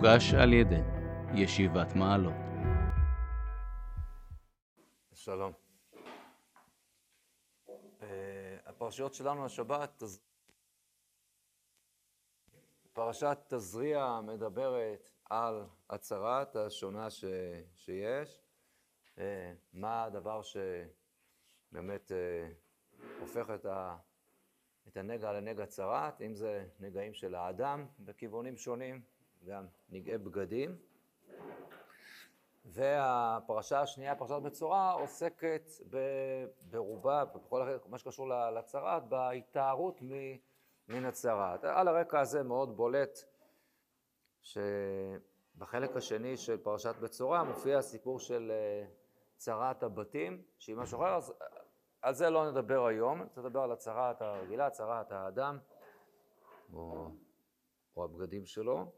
מוגש על ידי ישיבת מעלות. שלום. הפרשיות שלנו השבת, פרשת תזריע מדברת על הצרת השונה שיש, מה הדבר שבאמת הופך את הנגע לנגע צרת, אם זה נגעים של האדם בכיוונים שונים, גם נגעי בגדים. והפרשה השנייה, פרשת בצורה, עוסקת ברובה, בכל מה שקשור לצרת, בהתארות מן הצרת. על הרקע הזה מאוד בולט שבחלק השני של פרשת בצורה מופיע הסיפור של צרת הבתים, שהיא משהו אחר, אז על זה לא נדבר היום, נדבר על הצרת הרגילה, צרת האדם, או הבגדים שלו,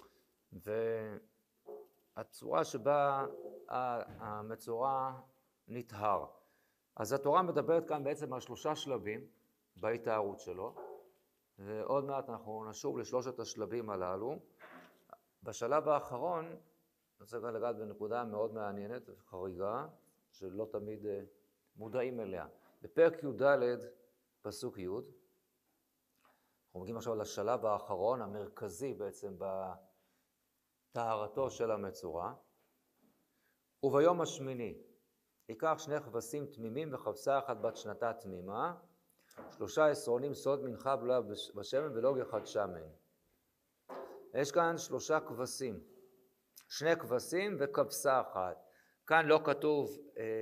הצורה שבה המצורע נטהר. אז התורה מדברת כאן בעצם על 3 שלבים בהתארות שלו, ועוד מעט אנחנו נשוב לשלושת השלבים הללו. בשלב האחרון, אני רוצה לגעת בנקודה מאוד מעניינת וחריגה, שלא תמיד מודעים אליה. בפרק י"ד, פסוק י', אנחנו מגיעים עכשיו לשלב האחרון, המרכזי בעצם טהרתו של המצורע. וביום השמיני ייקח 2 כבשים תמימים וכבשה אחת בת שנתה תמימה, 3 עשרונים סוד מנחה בלולה בשמן ולוג אחד שמן. יש כאן 3 כבשים, 2 כבשים וכבשה אחת. כאן לא כתוב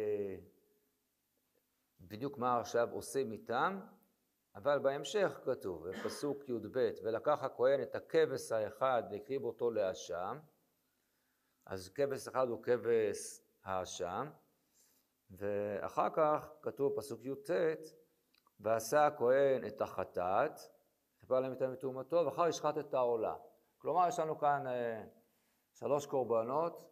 בדיוק מה עכשיו עושים איתם, אבל בהמשך כתוב, בפסוק י"ב, ולקח הכהן את הכבש האחד והקריב אותו לאשם. אז כבש אחד הוא כבש האשם, ואחר כך כתוב פסוק י"ט, ועשה הכהן את החטאת, כיפר להם את מטומאתו, ואחר ישחט את העולה. כלומר, יש לנו כאן 3 קורבנות,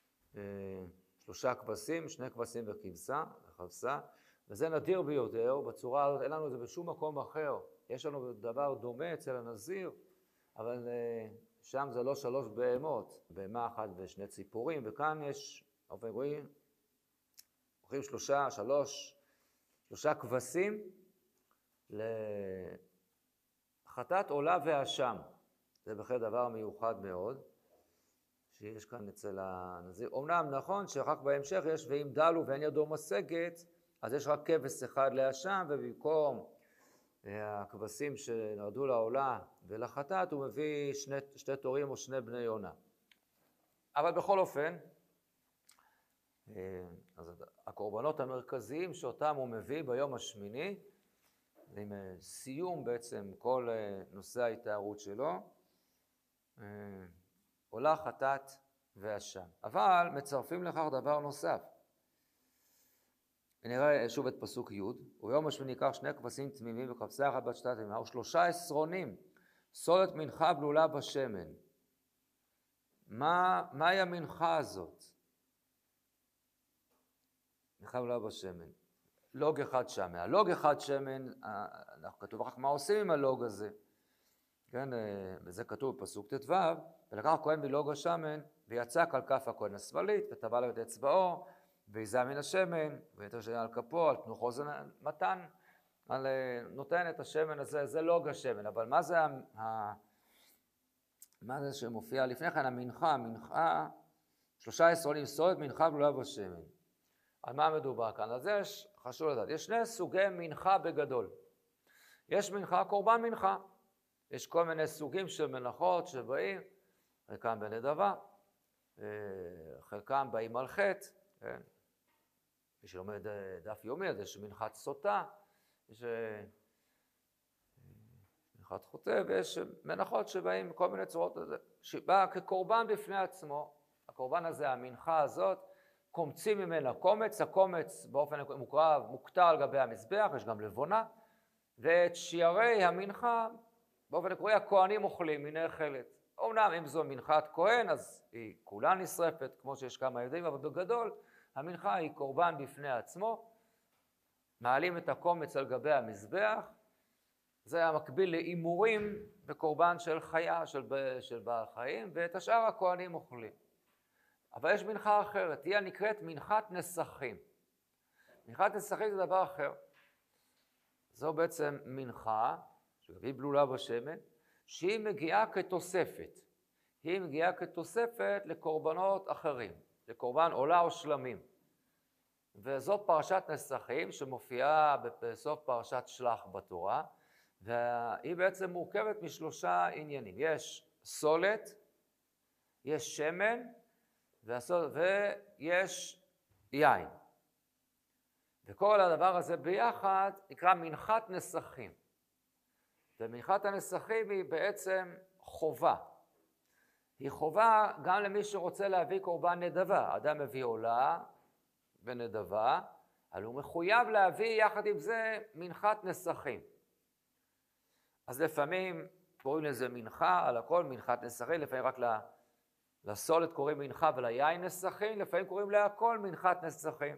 3 כבשים, 2 כבשים וכבשה, וזה נדיר ביותר, בצורה הזאת אין לנו את זה בשום מקום אחר. יש לנו דבר דומה אצל הנזיר, אבל שם זה לא 3 בהמות, בהמה אחת ו2 ציפורים, וכאן יש, רואים 3 כבשים לחטאת עולה ואשם. זה בכלל דבר מיוחד מאוד, שיש כאן אצל הנזיר. אומנם נכון שרק בהמשך יש ואם דלו ואין ידו משגת, אז יש רק כבש אחד לאשם, ובמקום הכבשים שנרדו לעולה ולחטאת, הוא מביא 2 תורים או 2 בני יונה. אבל בכל אופן, אז הקורבנות המרכזיים שאותם הוא מביא ביום השמיני, עם סיום בעצם כל נושא ההתארות שלו, עולה, חטאת ואשם. אבל מצרפים לכך דבר נוסף. נראה שוב את פסוק י', וביום השמיני ייקח 2 כבשים תמימים וכבשה אחת בת שנתה תמימה, ו3 עשרונים סולת מנחה בלולה בשמן. מהי המנחה הזאת? מנחה בלולה בשמן. לוג אחד שמן. הלוג אחד שמן, כתוב אחר כך מה עושים עם הלוג הזה. כן, וזה כתוב בפסוק ט"ו, ולקח הכהן מלוג השמן, ויצק על כף הכהן השמאלית, וטבע לו את אצבעו, ויזה מן השמן, ויתר שמן על כפו, על תנוחו זה מתן, נותן את השמן הזה, זה לוג השמן. אבל מה זה שמופיע לפני כן? המנחה, 3 עשרונים סוד, מנחה בלולה בשמן. על מה מדובר כאן? אז חשוב לדעת, יש 2 סוגי מנחה בגדול. יש מנחה, קורבן מנחה. יש כל מיני סוגים של מנחות שבאים, חלקם בנדבה, חלקם באים על חטא, כן? מי שלומד דף יומי, אז יש מנחת סוטה, יש מנחת חוטא, ויש מנחות שבאים כל מיני צורות, שבא כקורבן בפני עצמו. הקורבן הזה, המנחה הזאת, קומצים ממנה קומץ, הקומץ באופן מוקרב, מוקטר על גבי המזבח, יש גם לבונה, ואת שיערי המנחה, באופן עקרוני הכהנים אוכלים, היא נאכלת. אומנם אם זו מנחת כהן, אז היא כולה נשרפת, כמו שיש כמה הבדלים, אבל בגדול, המנחה היא קורבן בפני עצמו, מעלים את הקומץ על גבי המזבח, זה המקביל להימורים בקורבן של חיה, של בעל חיים, ואת השאר הכהנים אוכלים. אבל יש מנחה אחרת, היא הנקראת מנחת נסכים. מנחת נסכים זה דבר אחר. זו בעצם מנחה, שהיא בלולה בשמן, שהיא מגיעה כתוספת. היא מגיעה כתוספת לקורבנות אחרים, לקורבן עולה או שלמים. וזו פרשת נסכים שמופיעה בסוף פרשת שלח בתורה, והיא בעצם מורכבת משלושה עניינים. יש סולת, יש שמן, ויש יין. וכל הדבר הזה ביחד נקרא מנחת נסכים. ומנחת הנסכים היא בעצם חובה. היא חובה גם למי שרוצה להביא קורבן נדבה. אדם מביא עולה ונדבה, אבל הוא מחויב להביא יחד עם זה מנחת נסכים. אז לפעמים קוראים לזה מנחה, על הכל מנחת נסכים, לפעמים רק לסולת קוראים מנחה וליין נסכים, לפעמים קוראים להכל מנחת נסכים.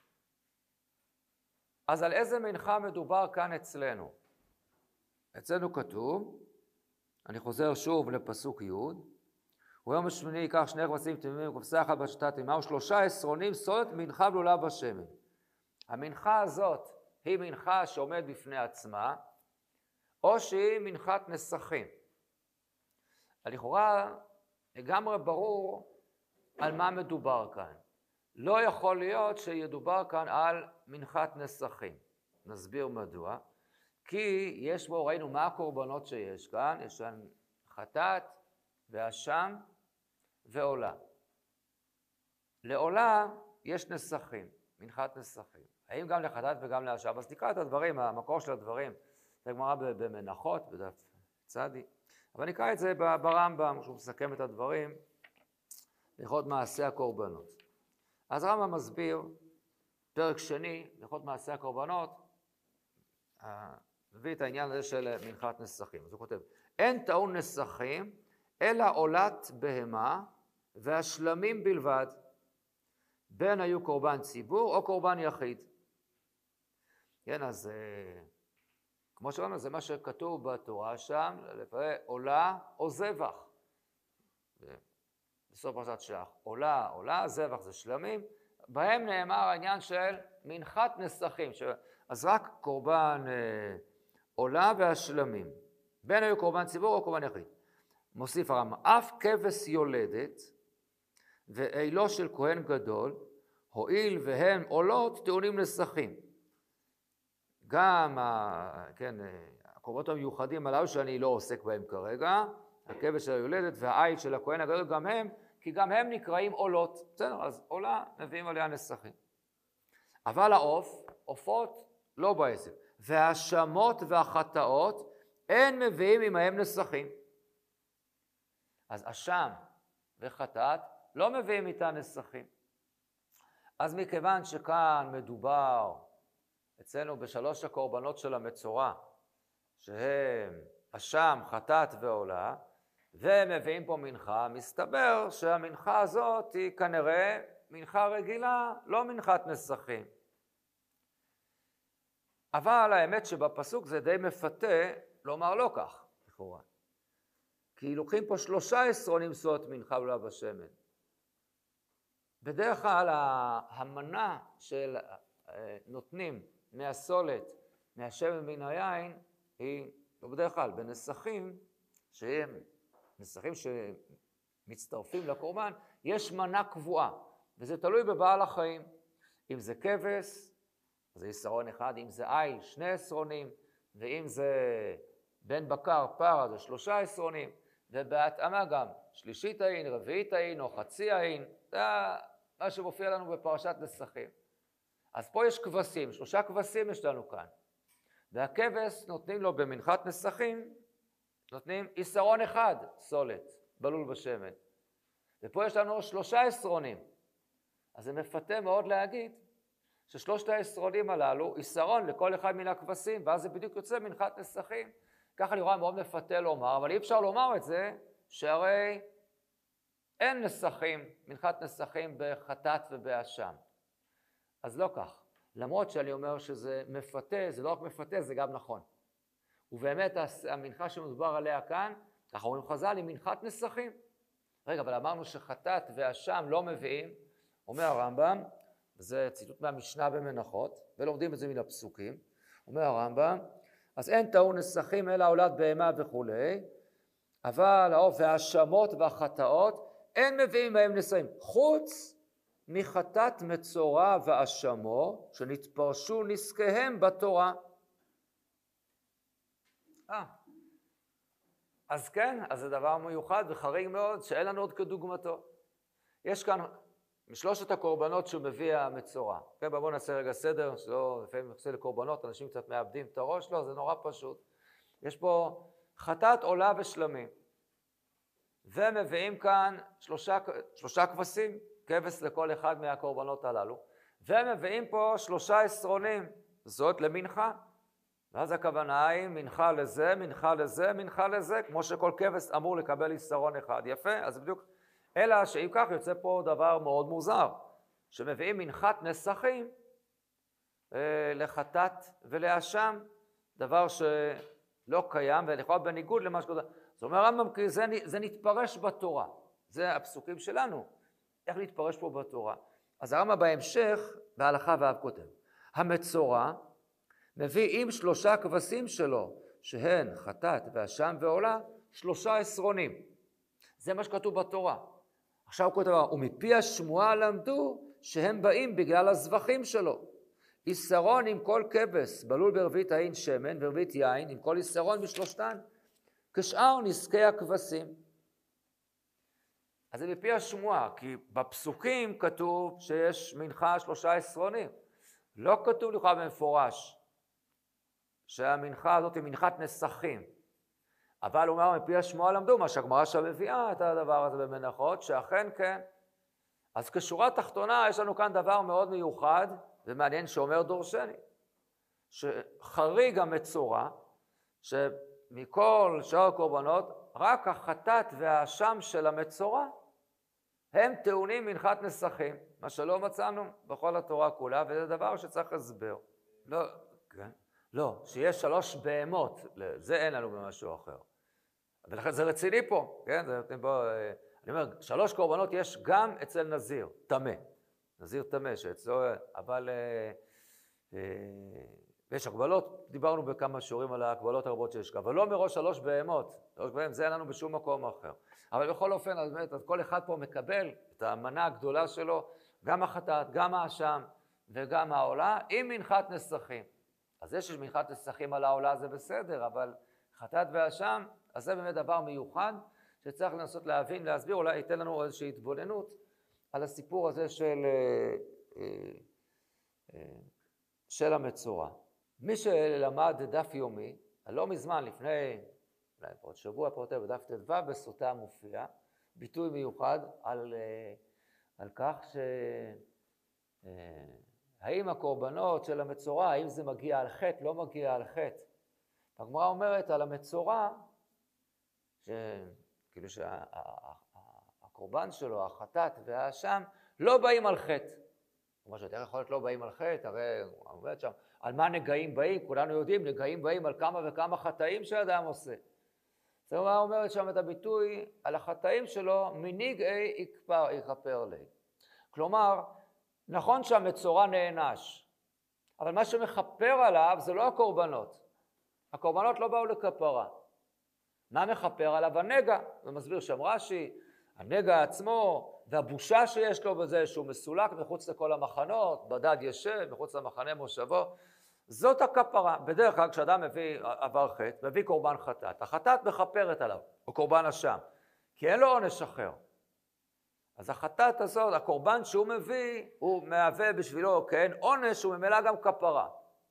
אז על איזה מנחה מדובר כאן אצלנו? אצלנו כתוב, אני חוזר שוב לפסוק י', וביום השמיני ייקח שני כבשים תמימים וכבשה אחת בשתה תמימה ושלושה עשרונים סולת מנחה בלולה בשמן. המנחה הזאת היא מנחה שעומד בפני עצמה, או שהיא מנחת נסכים. לכאורה לגמרי ברור על מה מדובר כאן. לא יכול להיות שידובר כאן על מנחת נסכים. נסביר מדוע. כי יש בו, ראינו מה הקורבנות שיש כאן, יש כאן חטאת ואשם ועולה. לעולה יש נסכים, מנחת נסכים. האם גם לחטאת וגם לאשם? אז נקרא את הדברים, המקור של הדברים, זה גמרא במנחות, בדף צדי. אבל נקרא את זה ברמב"ם, שהוא מסכם את הדברים, לכות מעשה הקורבנות. אז הרמב"ם מסביר, פרק שני, לכות מעשה הקורבנות, מביא את העניין הזה של מנחת נסכים. אז הוא כותב, אין טעון נסכים, אלא עולת בהמה והשלמים בלבד, בין היו קורבן ציבור או קורבן יחיד. כן, אז כמו שאמרנו, זה מה שכתוב בתורה שם, לפעמים עולה או זבח. בסוף פרשת שלח, עולה, זבח זה שלמים, בהם נאמר העניין של מנחת נסכים, אז רק קורבן עולה והשלמים, בין היו קורבן ציבור או קורבן יחיד. מוסיף הרמב"ם, אף כבש יולדת ואילו של כהן גדול, הואיל והם עולות טעונים נסכים. גם הקורבנות המיוחדים הללו שאני לא עוסק בהם כרגע, הכבש של היולדת והעית של הכהן הגדול גם הם, כי גם הם נקראים עולות. בסדר, אז עולה מביאים עליה נסכים. אבל העוף, עופות לא בעסק. והשמות והחטאות אין מביאים עמהם נסכים. אז אשם וחטאת לא מביאים איתה נסכים. אז מכיוון שכאן מדובר אצלנו בשלוש הקורבנות של המצורע, שהם אשם, חטאת ועולה, והם מביאים פה מנחה, מסתבר שהמנחה הזאת היא כנראה מנחה רגילה, לא מנחת נסכים. אבל האמת שבפסוק זה די מפתה לומר לא כך, לכאורה. כי לוקחים פה 3 עשרונים סולת מנחה בלולה בשמן. בדרך כלל המנה של נותנים מהסולת, מהשמן מן היין, היא לא בדרך כלל בנסכים, שהם נסכים שמצטרפים לקורבן, יש מנה קבועה, וזה תלוי בבעל החיים. אם זה כבש, זה עשרון אחד, אם זה עיל, 2 עשרונים, ואם זה בן בקר, פרה, זה 3 עשרונים, ובהתאמה גם שלישית העין, רביעית העין, או חצי העין, זה מה שמופיע לנו בפרשת נסכים. אז פה יש כבשים, 3 כבשים יש לנו כאן. והכבש נותנים לו במנחת נסכים, נותנים עשרון אחד סולת, בלול בשמן. ופה יש לנו 3 עשרונים. אז זה מפתה מאוד להגיד ש3 העשרונים הללו, עשרון לכל אחד מן הכבשים, ואז זה בדיוק יוצא מנחת נסכים. ככה נראה מאוד מפתה לומר, אבל אי אפשר לומר את זה, שהרי אין נסכים, מנחת נסכים בחטאת ובאשם. אז לא כך. למרות שאני אומר שזה מפתה, זה לא רק מפתה, זה גם נכון. ובאמת המנחה שמדובר עליה כאן, ככה אומרים חז"ל, היא מנחת נסכים. רגע, אבל אמרנו שחטאת ואשם לא מביאים, אומר הרמב"ם, זה ציטוט מהמשנה במנחות, ולומדים את זה מן הפסוקים, אומר הרמב"ם, אז אין טעון נסכים אלא עולת בהמה וכולי, אבל והאשמות והחטאות, אין מביאים בהם נסכים, חוץ מחטאת מצורע ואשמו, שנתפרשו נזקיהם בתורה. אז כן, אז זה דבר מיוחד וחריג מאוד, שאין לנו עוד כדוגמתו. יש כאן משלושת הקורבנות שהוא מביא המצורע. כן, בואו נעשה רגע סדר, שלא לפעמים נעשה לקורבנות, אנשים קצת מאבדים את הראש, לא, זה נורא פשוט. יש פה חטאת עולה ושלמים, ומביאים כאן שלושה כבשים, כבש לכל אחד מהקורבנות הללו, ומביאים פה 3 עשרונים, זאת למנחה. ואז הכוונה היא מנחה לזה, מנחה לזה, מנחה לזה, כמו שכל כבש אמור לקבל עשרון אחד. יפה, אז בדיוק, אלא שאם כך יוצא פה דבר מאוד מוזר, שמביאים מנחת נסכים לחטאת ולאשם, דבר שלא קיים ולכאורה בניגוד למה שקורה. זאת אומרת, הרמב"ם, כי זה נתפרש בתורה, זה הפסוקים שלנו, איך נתפרש פה בתורה. אז הרמב"ם בהמשך, בהלכה ואב כותב, המצורע מביא עם 3 כבשים שלו, שהן חטאת ואשם ועולה, 3 עשרונים. זה מה שכתוב בתורה. עכשיו הוא כותב, ומפי השמועה למדו שהם באים בגלל הזבחים שלו. עשרון עם כל כבש, בלול ברבית העין שמן ורבית יין, עם כל עשרון משלושתן, כשאר נזקי הכבשים. אז זה מפי השמועה, כי בפסוקים כתוב שיש מנחה 3 עשרונים. לא כתוב לך במפורש שהמנחה הזאת היא מנחת נסכים. אבל הוא אומר, מפי השמועה למדו, מה שהגמרא שם מביאה את הדבר הזה במנחות, שאכן כן. אז כשורה תחתונה יש לנו כאן דבר מאוד מיוחד ומעניין שאומר דורשני, שחריג המצורע, שמכל שאר הקורבנות, רק החטאת והאשם של המצורע, הם טעונים מנחת נסכים, מה שלא מצאנו בכל התורה כולה, וזה דבר שצריך הסבר. לא, כן? לא, שיש 3 בהמות, זה אין לנו במשהו אחר. ולכן זה רציני פה, כן? אני אומר, 3 קורבנות יש גם אצל נזיר, טמא. נזיר טמא שאצלו, אבל יש הגבלות, דיברנו בכמה שיעורים על ההגבלות הרבות שיש כאן, אבל לא מראש 3 בהמות, 3 בהמות, זה אין לנו בשום מקום אחר. אבל בכל אופן, אז באמת, כל אחד פה מקבל את המנה הגדולה שלו, גם החטאת, גם האשם וגם העולה, עם מנחת נסכים. אז זה שיש מנחת נסכים על העולה זה בסדר, אבל חטאת והאשם, אז זה באמת דבר מיוחד, שצריך לנסות להבין, להסביר, אולי ייתן לנו איזושהי התבוננות על הסיפור הזה של המצורע. מי שלמד דף יומי, לא מזמן, לפני עוד שבוע פרוטר בדף ט"ו, בסוטה מופיע, ביטוי מיוחד על כך האם הקורבנות של המצורע, האם זה מגיע על חטא, לא מגיע על חטא. הגמרא אומרת על המצורע, כאילו שהקורבן שלו, החטאת והאשם, לא באים על חטא. כלומר שיותר יכול להיות לא באים על חטא, הרי הוא אומר שם, על מה נגעים באים? כולנו יודעים, נגעים באים על כמה וכמה חטאים שאדם עושה. זאת אומרת שם את הביטוי על החטאים שלו, מנגעי יכפר לי. כלומר, נכון שהמצורע נענש, אבל מה שמכפר עליו זה לא הקורבנות. הקורבנות לא באו לכפרה. מה מכפר עליו? הנגע. ומסביר שם רש"י, הנגע עצמו והבושה שיש לו בזה שהוא מסולק מחוץ לכל המחנות, בדד ישב, מחוץ למחנה מושבו, זאת הכפרה. בדרך כלל כשאדם מביא עבר חטא, מביא קורבן חטאת, החטאת מכפרת עליו, או קורבן אשם, כי אין לו עונש אחר. אז החטאת הזאת, הקורבן שהוא מביא, הוא מהווה בשבילו, כן, עונש, הוא ממילא גם כפרה.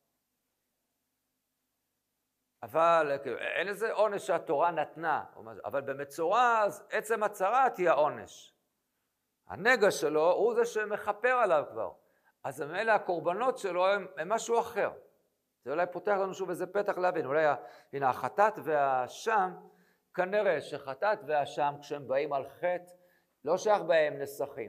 אבל אין איזה עונש שהתורה נתנה, אבל במצורע, אז עצם הצרה תהיה העונש. הנגע שלו הוא זה שמכפר עליו כבר. אז ממילא הקורבנות שלו הם משהו אחר. זה אולי פותח לנו שוב איזה פתח להבין. אולי, הנה, החטאת והאשם, כנראה שחטאת והאשם, כשהם באים על חטא, לא שייך בהם נסכים.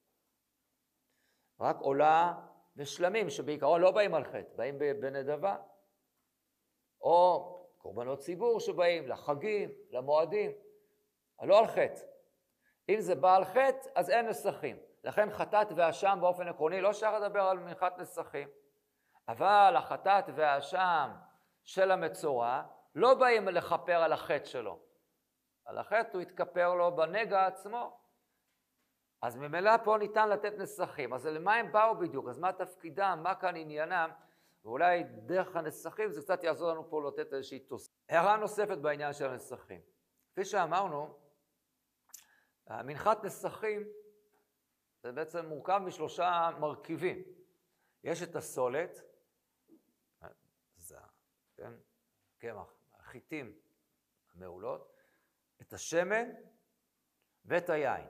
רק עולה ושלמים, שבעיקרון לא באים על חטא, באים בנדבה. או קורבנות ציבור שבאים, לחגים, למועדים, לא על חטא. אם זה בא על חטא, אז אין נסכים. לכן חטאת והאשם באופן עקרוני לא שייך לדבר על מנחת נסכים. אבל החטאת והאשם של המצורע לא באים לכפר על החטא שלו. על החטא הוא יתכפר לו בנגע עצמו. אז ממילא פה ניתן לתת נסכים. אז למה הם באו בדיוק? אז מה תפקידם? מה כאן עניינם? ואולי דרך הנסכים זה קצת יעזור לנו פה לתת איזושהי תוספת. הערה נוספת בעניין של הנסכים. כפי שאמרנו, מנחת נסכים זה בעצם מורכב משלושה מרכיבים. יש את הסולת, זה, כן? קמח, החיטים המעולות, את השמן ואת היין.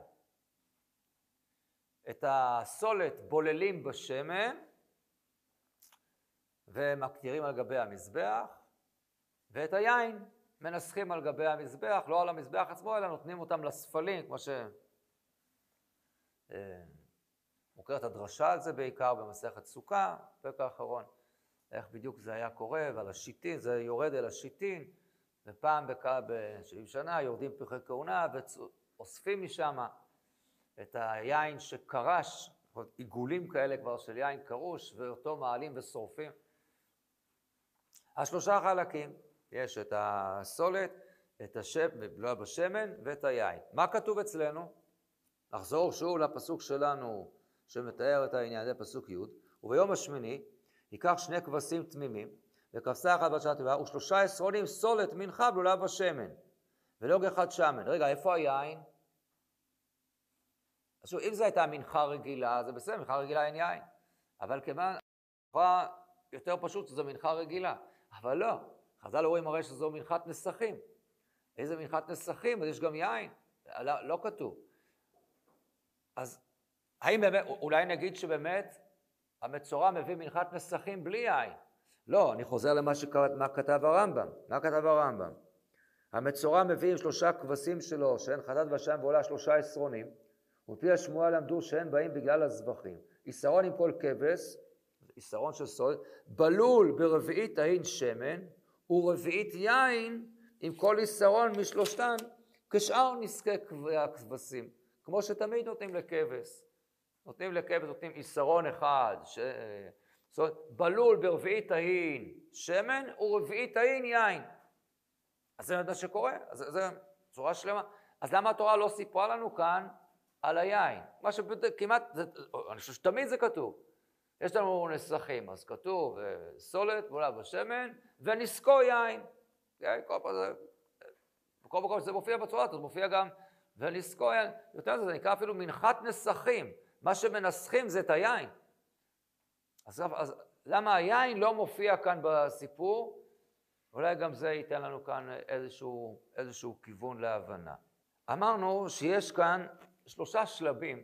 את הסולת בוללים בשמן ומקטירים על גבי המזבח, ואת היין מנסחים על גבי המזבח, לא על המזבח עצמו, אלא נותנים אותם לספלים, כמו מוכרת הדרשה על זה בעיקר במסכת סוכה, בפרק האחרון, איך בדיוק זה היה קורה, ועל השיטין, זה יורד אל השיטין, ופעם ב-70 שנה יורדים פרחי כהונה ואוספים משם את היין שקרש, עיגולים כאלה כבר של יין קרוש, ואותו מעלים ושורפים. השלושה חלקים, יש את הסולת, את בשמן ואת היין. מה כתוב אצלנו? נחזור שוב לפסוק שלנו שמתאר את העניין, זה פסוק י', וביום השמיני ייקח 2 כבשים תמימים, וכבשה אחת בת שעת טבעה, ו3 עשרונים סולת מנחה בלולה בשמן, ולוג אחד שמן. רגע, איפה היין? אז שוב, אם זו הייתה מנחה רגילה, זה בסדר, מנחה רגילה אין יין. אבל כיוון, יותר פשוט שזו מנחה רגילה. אבל לא, חז"ל רואים הרי שזו מנחת נסכים. איזה מנחת נסכים? אז יש גם יין. לא כתוב. אז האם באמת, אולי נגיד שבאמת המצורע מביא מנחת נסכים בלי יין? לא, אני חוזר למה כתב הרמב"ם. מה כתב הרמב"ם? המצורע מביא עם 3 כבשים שלו, שהן חטאת ואשם ועולה 3 עשרונים, ופי השמועה למדו שהן באים בגלל הזבחים. יסרון עם כל כבש, יסרון של סולת, בלול ברביעית ההין שמן, ורביעית יין עם כל יסרון משלושתן, כשאר נזקי הכבשים. כמו שתמיד נותנים לכבש. נותנים לכבש, נותנים יסרון אחד, בלול ברביעית ההין שמן, ורביעית ההין יין. אז זה מה שקורה, אז זה צורה שלמה. אז למה התורה לא סיפרה לנו כאן על היין? מה שכמעט, אני חושב שתמיד זה כתוב. יש לנו נסכים, אז כתוב סולת, בולה בשמן, ונסקו יין. בכל מקום שזה מופיע בצורה, אז מופיע גם ונסקו יין. יותר מזה, זה נקרא אפילו מנחת נסכים. מה שמנסחים זה את היין. אז למה היין לא מופיע כאן בסיפור? אולי גם זה ייתן לנו כאן איזשהו כיוון להבנה. אמרנו שיש כאן 3 שלבים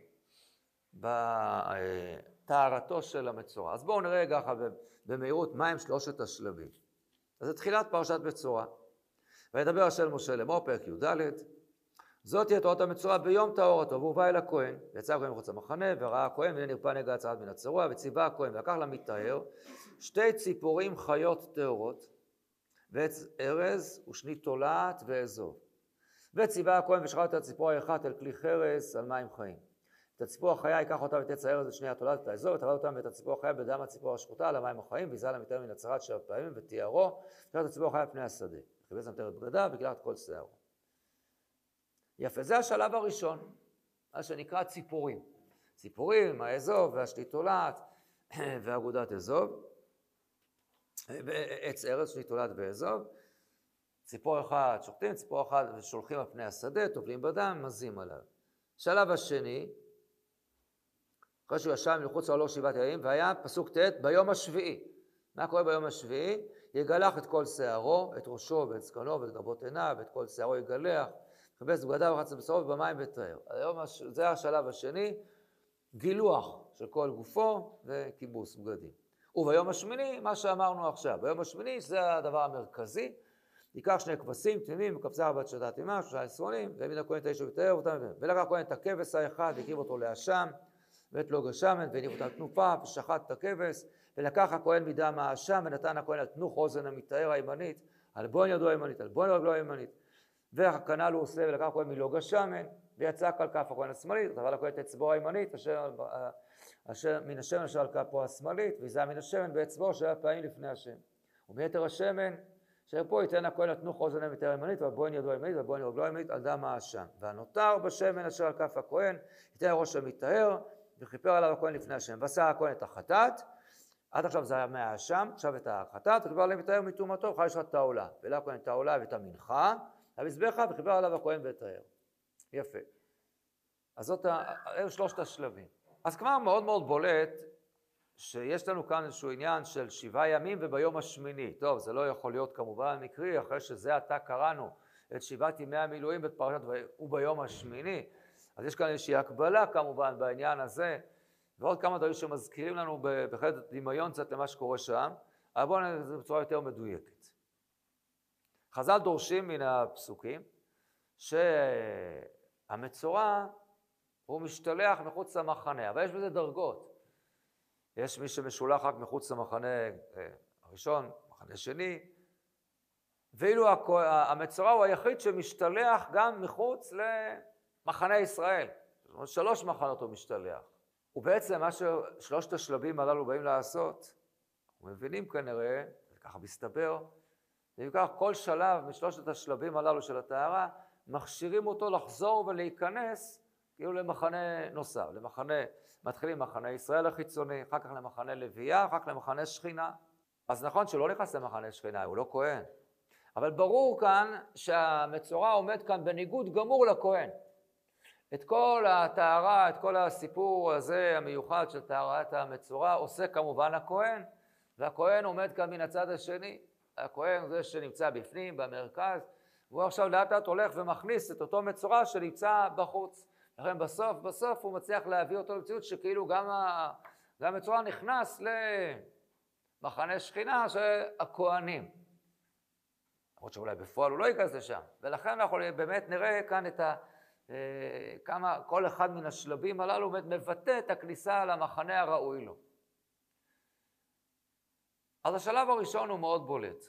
בטהרתו של המצורע. אז בואו נראה ככה במהירות מהם 3 השלבים. אז זה תחילת פרשת מצורע. וידבר השם משה לאמור, פרק י"ד, זאת תהיה תורת המצורע ביום טהרתו, והוא בא אל הכהן, ויצא הכהן מחוץ למחנה, וראה הכהן והנה נרפא נגע הצעד מן הצרוע, וציווה הכהן ולקח למטהר 2 ציפורים חיות טהורות, ועץ ארז ושני תולעת ואזוב. וציווה הכהן ושחט את הציפור האחת אל כלי חרס על מים חיים. את הציפור החיה ייקח אותה ואת עץ הארז ושני התולעת ואת האזוב, וטבל אותם ואת הציפור החיה בדם הציפור השחוטה על המים החיים, ויזל למטהר מן הצרת 7 פעמים, ותיארו, ושחט את הציפור החיה פני השדה. וכיבס למטהר את בגדיו וגילח את כל שערו. יפה, זה השלב הראשון, מה שנקרא ציפורים. ציפורים, האזוב והשני תולעת ואגודת אזוב. עץ ארץ, שני תולעת ואזוב, ציפור אחד שוחטים, ציפור אחד שולחים על פני השדה, טובלים בדם, מזים עליו. שלב השני, אחרי שהוא ישב מחוץ לעולו 7 ימים, והיה פסוק ט' ביום השביעי. מה קורה ביום השביעי? יגלח את כל שערו, את ראשו ואת זקנו ואת גבות עיניו, ואת כל שערו יגלח, יכבס בגדיו ורחץ בשרו במים וטהר. זה השלב השני, גילוח של כל גופו וכיבוס בגדים. וביום השמיני, מה שאמרנו עכשיו, ביום השמיני זה הדבר המרכזי, ייקח 2 כבשים תמימים, וכבשה בת שעת טמאה, 3 עשרונים, והעמיד הכהן את האיש וטהר אותם, ולקח הכהן את הכבש האחד, והקריב אותו לאשם, ואת לוג השמן, והניף אותה תנופה, ושחט את הכבש, ולקח הכהן מדם האשם, ונתן הכהן על תנוך אוזן המטהר הימנית, על בון ידו הימנית, על בון רגלו הימנית, וכנ"ל הוא עושה, ולקח הכהן מלוג השמן, ויצק על כף הכהן השמאלית, אבל הכהן את אצבעו הימנית, אשר מן השמן אשר על כפו השמאלית, ויזע מן השמן באצבעו 7 פעמים לפני השם. ומיתר השמן, אשר פה ייתן הכהן על תנוך אוזן המטהר הימנית, ועל בון ידו הימנית, ועל בון רגלו הימנית, על דם האשם. והנותר בשמן אשר על כף הכהן, ייתן ראש המטהר, וכיפר עליו הכהן לפני השם. ועשה הכהן את החטאת, עד עכשיו זה היה מהאשם, עכשיו את החטאת, וכיפר עליו מטהר מטומאתו, וכך יש לך את העולה. והעלה הכהן את העולה ואת המנחה, המזבח, וכיפר עליו הכהן וטהר. יפה. אז אלו 3 השלבים. אז כבר מאוד מאוד בולט שיש לנו כאן איזשהו עניין של 7 ימים וביום השמיני. טוב, זה לא יכול להיות כמובן מקרי, אחרי שזה עתה קראנו את 7 ימי המילואים בפרשת וביום השמיני. אז יש כאן איזושהי הקבלה כמובן בעניין הזה, ועוד כמה דברים שמזכירים לנו בחלק דמיון קצת למה שקורה שם, אבל בואו נראה את זה בצורה יותר מדויקת. חז"ל דורשים מן הפסוקים שהמצורע הוא משתלח מחוץ למחנה, אבל יש בזה דרגות. יש מי שמשולח רק מחוץ למחנה הראשון, מחנה שני, ואילו המצורע הוא היחיד שמשתלח גם מחוץ למחנה ישראל. זאת אומרת, 3 מחנות הוא משתלח. ובעצם מה ש3 השלבים הללו באים לעשות, אנחנו מבינים כנראה, ככה מסתבר, וכך כל שלב מ3 השלבים הללו של הטהרה, מכשירים אותו לחזור ולהיכנס כאילו למחנה נוסף, מתחילים מחנה ישראל החיצוני, אחר כך למחנה לוויה, אחר כך למחנה שכינה. אז נכון שלא נכנס למחנה שכינה, הוא לא כהן. אבל ברור כאן שהמצורע עומד כאן בניגוד גמור לכהן. את כל הטהרה, את כל הסיפור הזה המיוחד של טהרת המצורע, עושה כמובן הכהן, והכהן עומד כאן מן הצד השני. הכהן זה שנמצא בפנים, במרכז, והוא עכשיו לאט לאט הולך ומכניס את אותו מצורע שנמצא בחוץ. לכן בסוף הוא מצליח להביא אותו למציאות שכאילו גם המצורע נכנס למחנה שכינה של הכהנים. למרות שאולי בפועל הוא לא ייכנס לשם. ולכן אנחנו באמת נראה כאן כמה כל אחד מן השלבים הללו מבטא את הכניסה למחנה הראוי לו. אז השלב הראשון הוא מאוד בולט.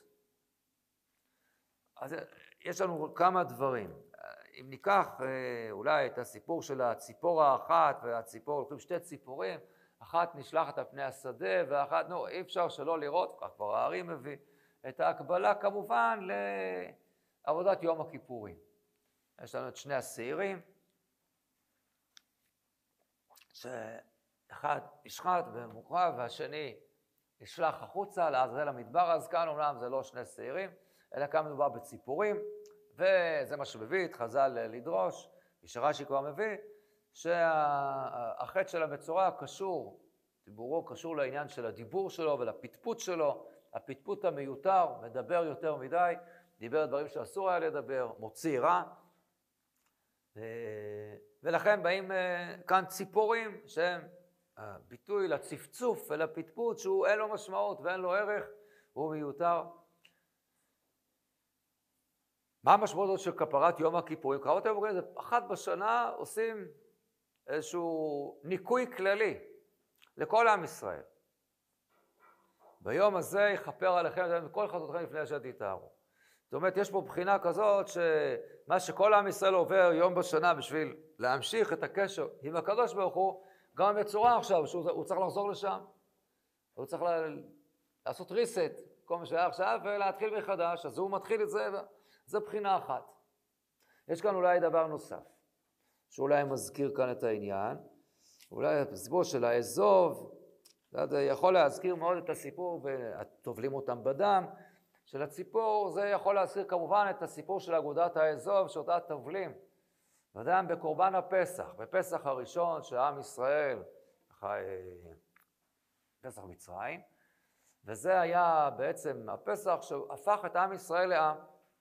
אז יש לנו כמה דברים. אם ניקח אולי את הסיפור של הציפור האחת והציפור, הולכים 2 ציפורים, אחת נשלחת על פני השדה ואחת, אי אפשר שלא לראות, כך כבר הארי מביא, את ההקבלה כמובן לעבודת יום הכיפורים. יש לנו את 2 השעירים, שאחד נשחט ומוקרב והשני נשלח החוצה לעזאזל המדבר, אז כאן אומנם זה לא 2 שעירים, אלא כאן מדובר בציפורים, וזה מה שמביא את חז"ל לדרוש, שרש"י כבר מביא, שהחטא של המצורע קשור, דיבורו קשור לעניין של הדיבור שלו ולפטפוט שלו, הפטפוט המיותר, מדבר יותר מדי, דיבר דברים שאסור היה לדבר, מוציא רע, ולכן באים כאן ציפורים שהם ביטוי לצפצוף ולפטפוט שהוא אין לו משמעות ואין לו ערך, הוא מיותר. מה המשמעות של כפרת יום הכיפורים? כפרת יום הכיפורים זה אחת בשנה עושים איזשהו ניקוי כללי לכל עם ישראל. ביום הזה יכפר עליכם כל חטאותיכם לפני אשר תטהרו. זאת אומרת, יש פה בחינה כזאת שמה שכל עם ישראל עובר יום בשנה בשביל להמשיך את הקשר עם הקדוש ברוך הוא, גם המצורע עכשיו, שהוא צריך לחזור לשם. הוא צריך לעשות ריסט, כל מה שהיה עכשיו, ולהתחיל מחדש. אז הוא מתחיל את זה, זו בחינה אחת. יש כאן אולי דבר נוסף, שאולי מזכיר כאן את העניין. אולי הסיפור של האזוב, יכול להזכיר מאוד את הסיפור, וטובלים אותם בדם, של הציפור, זה יכול להזכיר כמובן את הסיפור של אגודת האזוב, שאותה טובלים. בדם בקורבן הפסח, בפסח הראשון שעם ישראל, פסח מצרים, וזה היה בעצם הפסח שהפך את עם ישראל לעם.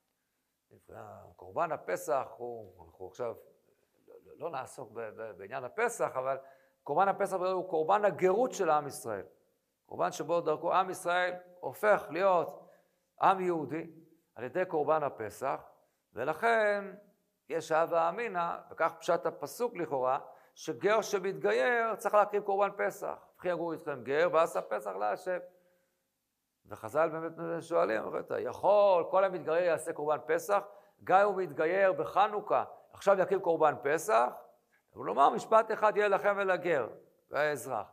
קורבן הפסח, אנחנו עכשיו לא נעסוק בעניין הפסח, אבל קורבן הפסח הוא קורבן הגרות של עם ישראל. קורבן שבו דרכו עם ישראל הופך להיות עם יהודי על ידי קורבן הפסח, ולכן יש הווה אמינא, וכך פשט הפסוק לכאורה, שגר שמתגייר צריך להקריב קורבן פסח. וכי יגור איתכם גר ועשה פסח להשם. וחז"ל באמת שואלים, יכול כל המתגייר יעשה קורבן פסח, גם הוא מתגייר בחנוכה, עכשיו יקריב קורבן פסח, אבל לומר משפט אחד יהיה לכם ולגר, והאזרח.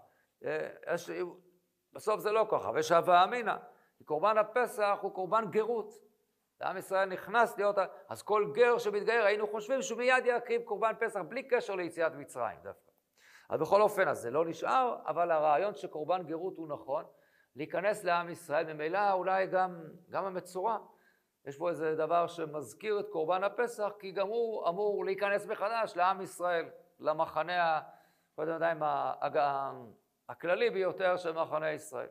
בסוף זה לא ככה, ויש הווה אמינא, כי קורבן הפסח הוא קורבן גרות. לעם ישראל נכנס להיות, אז כל גר שמתגייר, היינו חושבים שהוא מיד יקריב קורבן פסח, בלי קשר ליציאת מצרים דווקא. אז בכל אופן, אז זה לא נשאר, אבל הרעיון שקורבן גרות הוא נכון, להיכנס לעם ישראל, ממילא אולי גם המצורע. יש פה איזה דבר שמזכיר את קורבן הפסח, כי גם הוא אמור להיכנס מחדש לעם ישראל, למחנה, לא יודע אם הכללי ביותר של מחנה ישראל.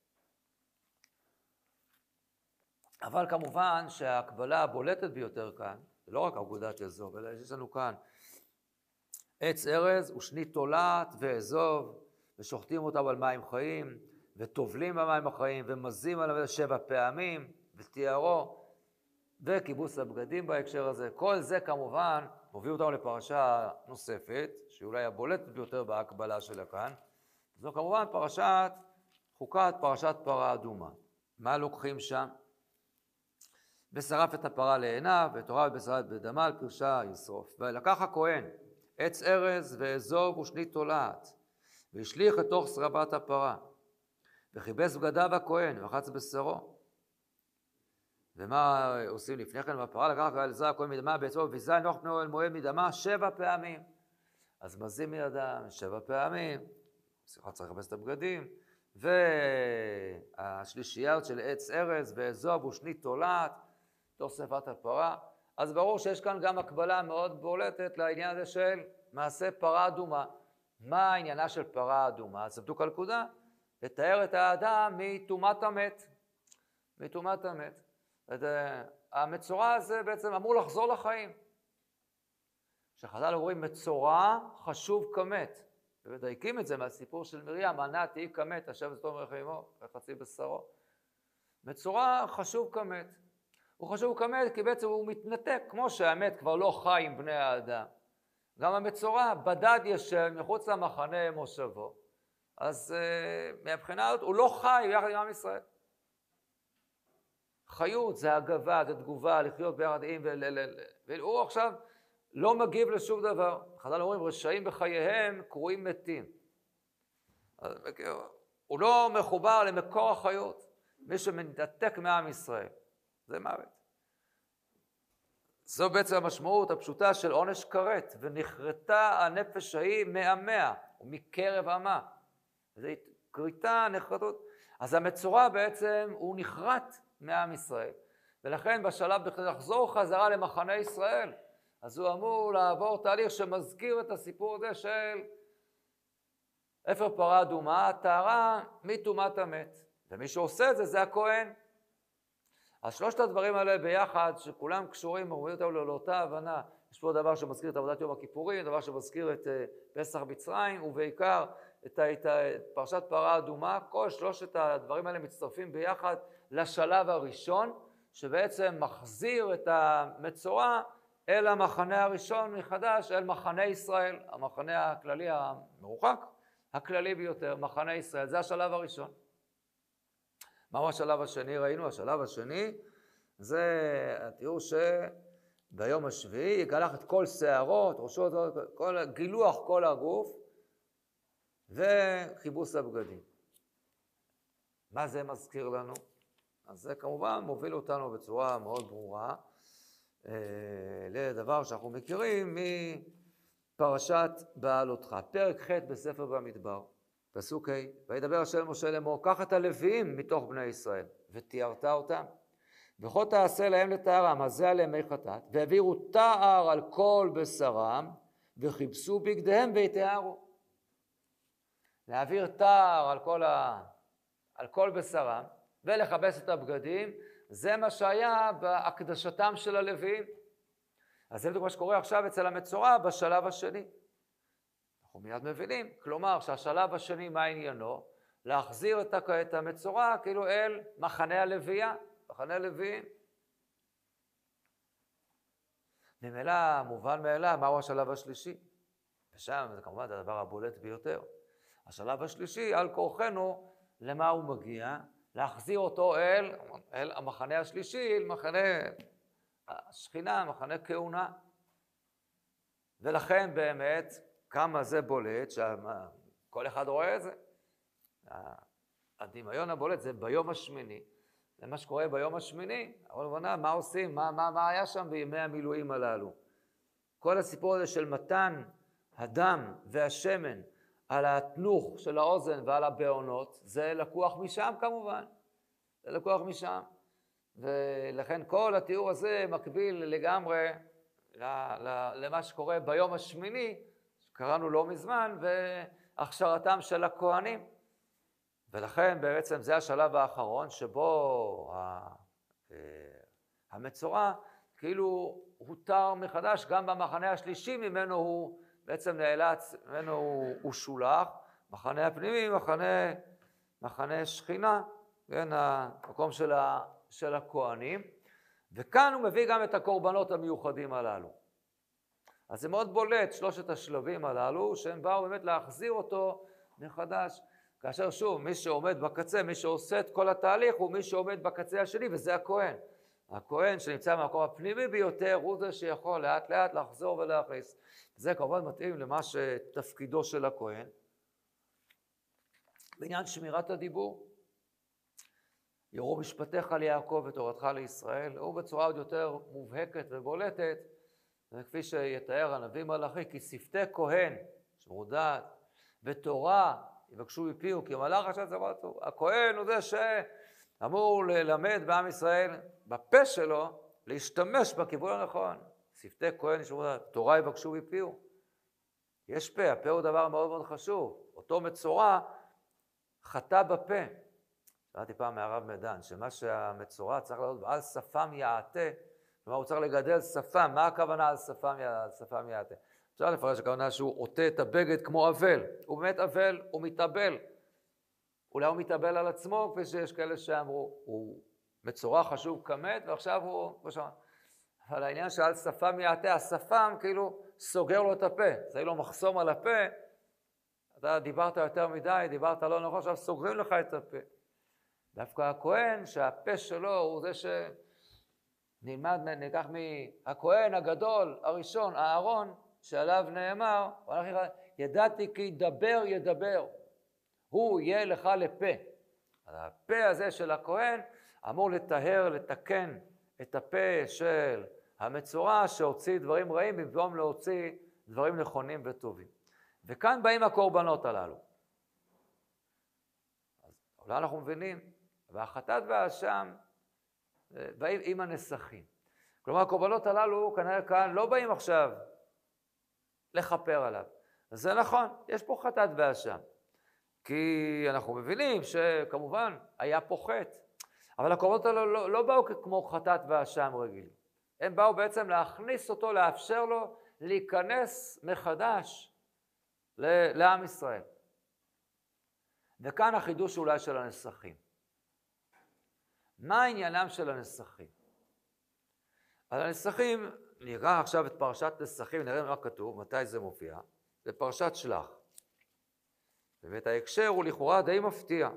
אבל כמובן שההקבלה הבולטת ביותר כאן, זה לא רק אגודת אזוב, אלא יש לנו כאן עץ ארז ושני תולעת ואזוב, ושוחטים אותם על מים חיים, וטובלים במים החיים, ומזים עליו 7 פעמים, ותיארו, וכיבוס הבגדים בהקשר הזה. כל זה כמובן מוביל אותנו לפרשה נוספת, שהיא אולי הבולטת ביותר בהקבלה שלה כאן. זו כמובן פרשת חוקת, פרשת פרה אדומה. מה לוקחים שם? ושרף את הפרה לעיניו, ותורה ובשרה בדמה על פרשה ישרוף. ולקח הכהן עץ ארז ואזוב ושני תולעת, והשליך לתוך שרפת הפרה, וכיבס בגדיו הכהן, וחץ בשרו. ומה עושים לפני כן? בפרה לקח אלעזר הכהן מדמה בעצמו, וביזה נוח פניו אל מועד מדמה 7 פעמים. אז מזים מידם 7 פעמים, צריך לכבס את הבגדים, והשלישייה של עץ ארז ואזוב ושני תולעת, תוך שרפת הפרה. אז ברור שיש כאן גם הקבלה מאוד בולטת לעניין הזה של מעשה פרה אדומה. מה העניינה של פרה אדומה? אז בדיוק הנקודה, לתאר את האדם מטומאת המת. מטומאת המת. המצורע הזה בעצם אמור לחזור לחיים. כשחז"ל אומרים מצורע חשוב כמת. ומדייקים את זה מהסיפור של מרים, ענה תהי כמת, השב את תום רחמו, וחצי בשרו. מצורע חשוב כמת. הוא חשוב כמת כי בעצם הוא מתנתק, כמו שהמת כבר לא חי עם בני האדם. גם המצורע בדד ישב מחוץ למחנה מושבו. אז מהבחינה הזאת הוא לא חי יחד עם עם ישראל. חיות זה הגבה, זה תגובה, לחיות ביחד עם, והוא עכשיו לא מגיב לשום דבר. חז"ל אומרים, רשעים בחייהם קרויים מתים. הוא לא מחובר למקור החיות, מי שמנתק מעם ישראל. זה מוות. זו בעצם המשמעות הפשוטה של עונש כרת, ונחרטה הנפש ההיא מעמיה, ומקרב עמה. זו כריתה, נחרטות. אז המצורע בעצם הוא נחרט מעם ישראל, ולכן בשלב בכדי לחזור חזרה למחנה ישראל, אז הוא אמור לעבור תהליך שמזכיר את הסיפור הזה של אפר פרה אדומה, טהרה מטומאת המת. ומי שעושה את זה זה הכהן. אז שלושת הדברים האלה ביחד, שכולם קשורים, מובילים אותנו לאותה הבנה. יש פה דבר שמזכיר את עבודת יום הכיפורים, דבר שמזכיר את פסח מצרים, ובעיקר את פרשת פרה אדומה. כל שלושת הדברים האלה מצטרפים ביחד לשלב הראשון, שבעצם מחזיר את המצורע אל המחנה הראשון מחדש, אל מחנה ישראל, המחנה הכללי המרוחק, הכללי ביותר, מחנה ישראל. זה השלב הראשון. מהו השלב השני? ראינו, השלב השני זה התיאור שביום השביעי יקלח את כל שערות, ראשו, גילוח כל הגוף וכיבוס הבגדים. מה זה מזכיר לנו? אז זה כמובן מוביל אותנו בצורה מאוד ברורה לדבר שאנחנו מכירים מפרשת בעלותך, פרק ח' בספר במדבר. פסוק ה', וידבר השם משה לאמור, קח את הלוויים מתוך בני ישראל, ותיארת אותם, וכה תעשה להם לטהרם, הזה עליהם מי חטאת, והעבירו טהר על כל בשרם, וכיבסו בגדיהם ויטהרו. להעביר טהר על כל בשרם, ולכבס את הבגדים, זה מה שהיה בהקדשתם של הלוויים. אז זה בדיוק מה שקורה עכשיו אצל המצורע בשלב השני. אנחנו מיד מבינים, כלומר שהשלב השני מה עניינו? להחזיר את המצורע כאילו אל מחנה הלוויה, מחנה הלוויים. ממילא, מובן מאליו, מהו השלב השלישי? ושם זה כמובן הדבר הבולט ביותר. השלב השלישי, על כורחנו, למה הוא מגיע? להחזיר אותו אל המחנה השלישי, אל מחנה השכינה, מחנה כהונה. ולכן באמת, כמה זה בולט, כל אחד רואה את זה. הדמיון הבולט זה ביום השמיני. זה מה שקורה ביום השמיני, אבל מה עושים? מה היה שם בימי המילואים הללו? כל הסיפור הזה של מתן הדם והשמן על התנוך של האוזן ועל הבעונות, זה לקוח משם כמובן. זה לקוח משם. ולכן כל התיאור הזה מקביל לגמרי למה שקורה ביום השמיני, שקראנו לא מזמן, והכשרתם של הכהנים. ולכן בעצם זה השלב האחרון שבו המצורע כאילו הותר מחדש, גם במחנה השלישי ממנו הוא בעצם נאלץ, ממנו הוא שולח, מחנה הפנימי, מחנה שכינה, כן, המקום של הכהנים, וכאן הוא מביא גם את הקורבנות המיוחדים הללו. אז זה מאוד בולט, שלושת השלבים הללו, שהם באו באמת להחזיר אותו מחדש, כאשר שוב, מי שעומד בקצה, מי שעושה את כל התהליך, הוא מי שעומד בקצה השני, וזה הכהן. הכהן שנמצא במקום הפנימי ביותר, הוא זה שיכול לאט לאט לחזור ולהכניס. זה כמובן מתאים למה שתפקידו של הכהן. בעניין שמירת הדיבור, יורו משפטיך ליעקב ותורתך לישראל, הוא בצורה עוד יותר מובהקת ובולטת, וכפי שיתאר הנביא מלאכי, כי שפתי כהן, שמודעת, ותורה, יבקשו מפיהו, כי מלאך השם צבאתו. הכהן הוא זה שאמור ללמד בעם ישראל, בפה שלו, להשתמש בכיוון הנכון. שפתי כהן שמודעת, תורה יבקשו מפיהו. יש פה, הפה הוא דבר מאוד מאוד חשוב. אותו מצורע חטא בפה. שאלתי פעם מהרב מדן, שמה שהמצורע צריך לעלות על שפם יעתה, כלומר הוא צריך לגדל שפם, מה הכוונה על שפם יעתה? אפשר לפרש הכוונה שהוא עוטה את הבגד כמו אבל, הוא באמת אבל, הוא מתאבל. אולי הוא מתאבל על עצמו, כפי שיש כאלה שאמרו, הוא מצורע חשוב כמת, ועכשיו הוא, אבל העניין שעל שפם יעתה, השפם כאילו סוגר לו את הפה, זה לו מחסום על הפה, אתה דיברת יותר מדי, דיברת לא נכון, עכשיו סוגרים לך את הפה. דווקא הכהן, שהפה שלו הוא זה שנלמד, ניקח מהכהן הגדול הראשון, אהרון, שעליו נאמר, ידעתי כי ידבר ידבר, הוא יהיה לך לפה. הפה הזה של הכהן אמור לטהר, לתקן את הפה של המצורע שהוציא דברים רעים במקום להוציא דברים נכונים וטובים. וכאן באים הקורבנות הללו. אז אולי אנחנו מבינים, והחטאת והאשם באים עם הנסכים. כלומר, הקורבנות הללו כנראה כאן לא באים עכשיו לחפר עליו. אז זה נכון, יש פה חטאת והאשם. כי אנחנו מבינים שכמובן היה פה חטא. אבל הקורבנות הללו לא באו כמו חטאת והאשם רגילים. הם באו בעצם להכניס אותו, לאפשר לו להיכנס מחדש לעם ישראל. וכאן החידוש אולי של הנסכים. מה עניינם של הנסכים? אז הנסכים, נראה עכשיו את פרשת נסכים, נראה מה כתוב, מתי זה מופיע. זה פרשת שלח. ובאמת ההקשר הוא לכאורה די מפתיע.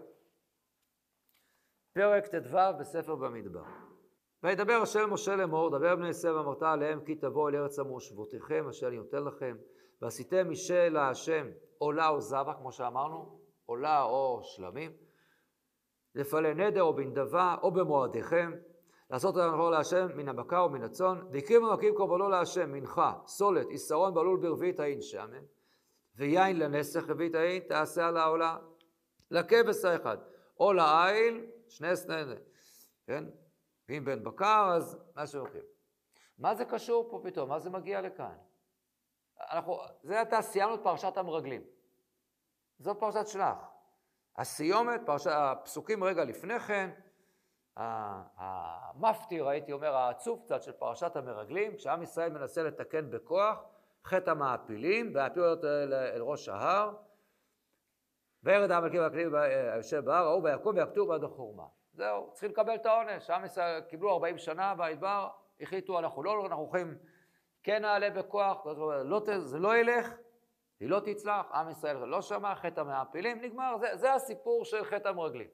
פרק ט"ו בספר במדבר. וידבר השם משה לאמור, דבר בני ישראל ואמרת עליהם, כי תבואו אל ארץ מושבותיכם, אשר אני נותן לכם, ועשיתם משל להשם עולה או זבח, כמו שאמרנו, עולה או שלמים, לפעלי נדר או בנדבה או במועדיכם, לעשות את המחור להשם מן הבקר או מן הצאן, והקריבו מקים קורבנו להשם מנחה, סולת, יסרון בלול ברביעית העין שמן, ויין לנסך רביעית העין תעשה על העולה, לכבש האחד, או לעיל, שני סננה, כן? ואם בן בקר, אז מה שהולכים. מה זה קשור פה פתאום? מה זה מגיע לכאן? זה אתה סיימנו את פרשת המרגלים. זאת פרשת שלח. הסיומת, הפסוקים רגע לפני כן, המפטיר, הייתי אומר, העצוב קצת של פרשת המרגלים, כשעם ישראל מנסה לתקן בכוח, חטא המעפילים, והעפילו אל ראש ההר, וירד העמלקים והכלים היושב בהר, ראו ויקום ויקטו בעד החורמה. זהו, צריכים לקבל את העונש. עם ישראל קיבלו 40 שנה במדבר, החליטו, אנחנו הולכים כן נעלה בכוח, זה לא ילך, היא לא תצלח, עם ישראל לא שמע, חטא המעפילים, נגמר, זה הסיפור של חטא המרגלים.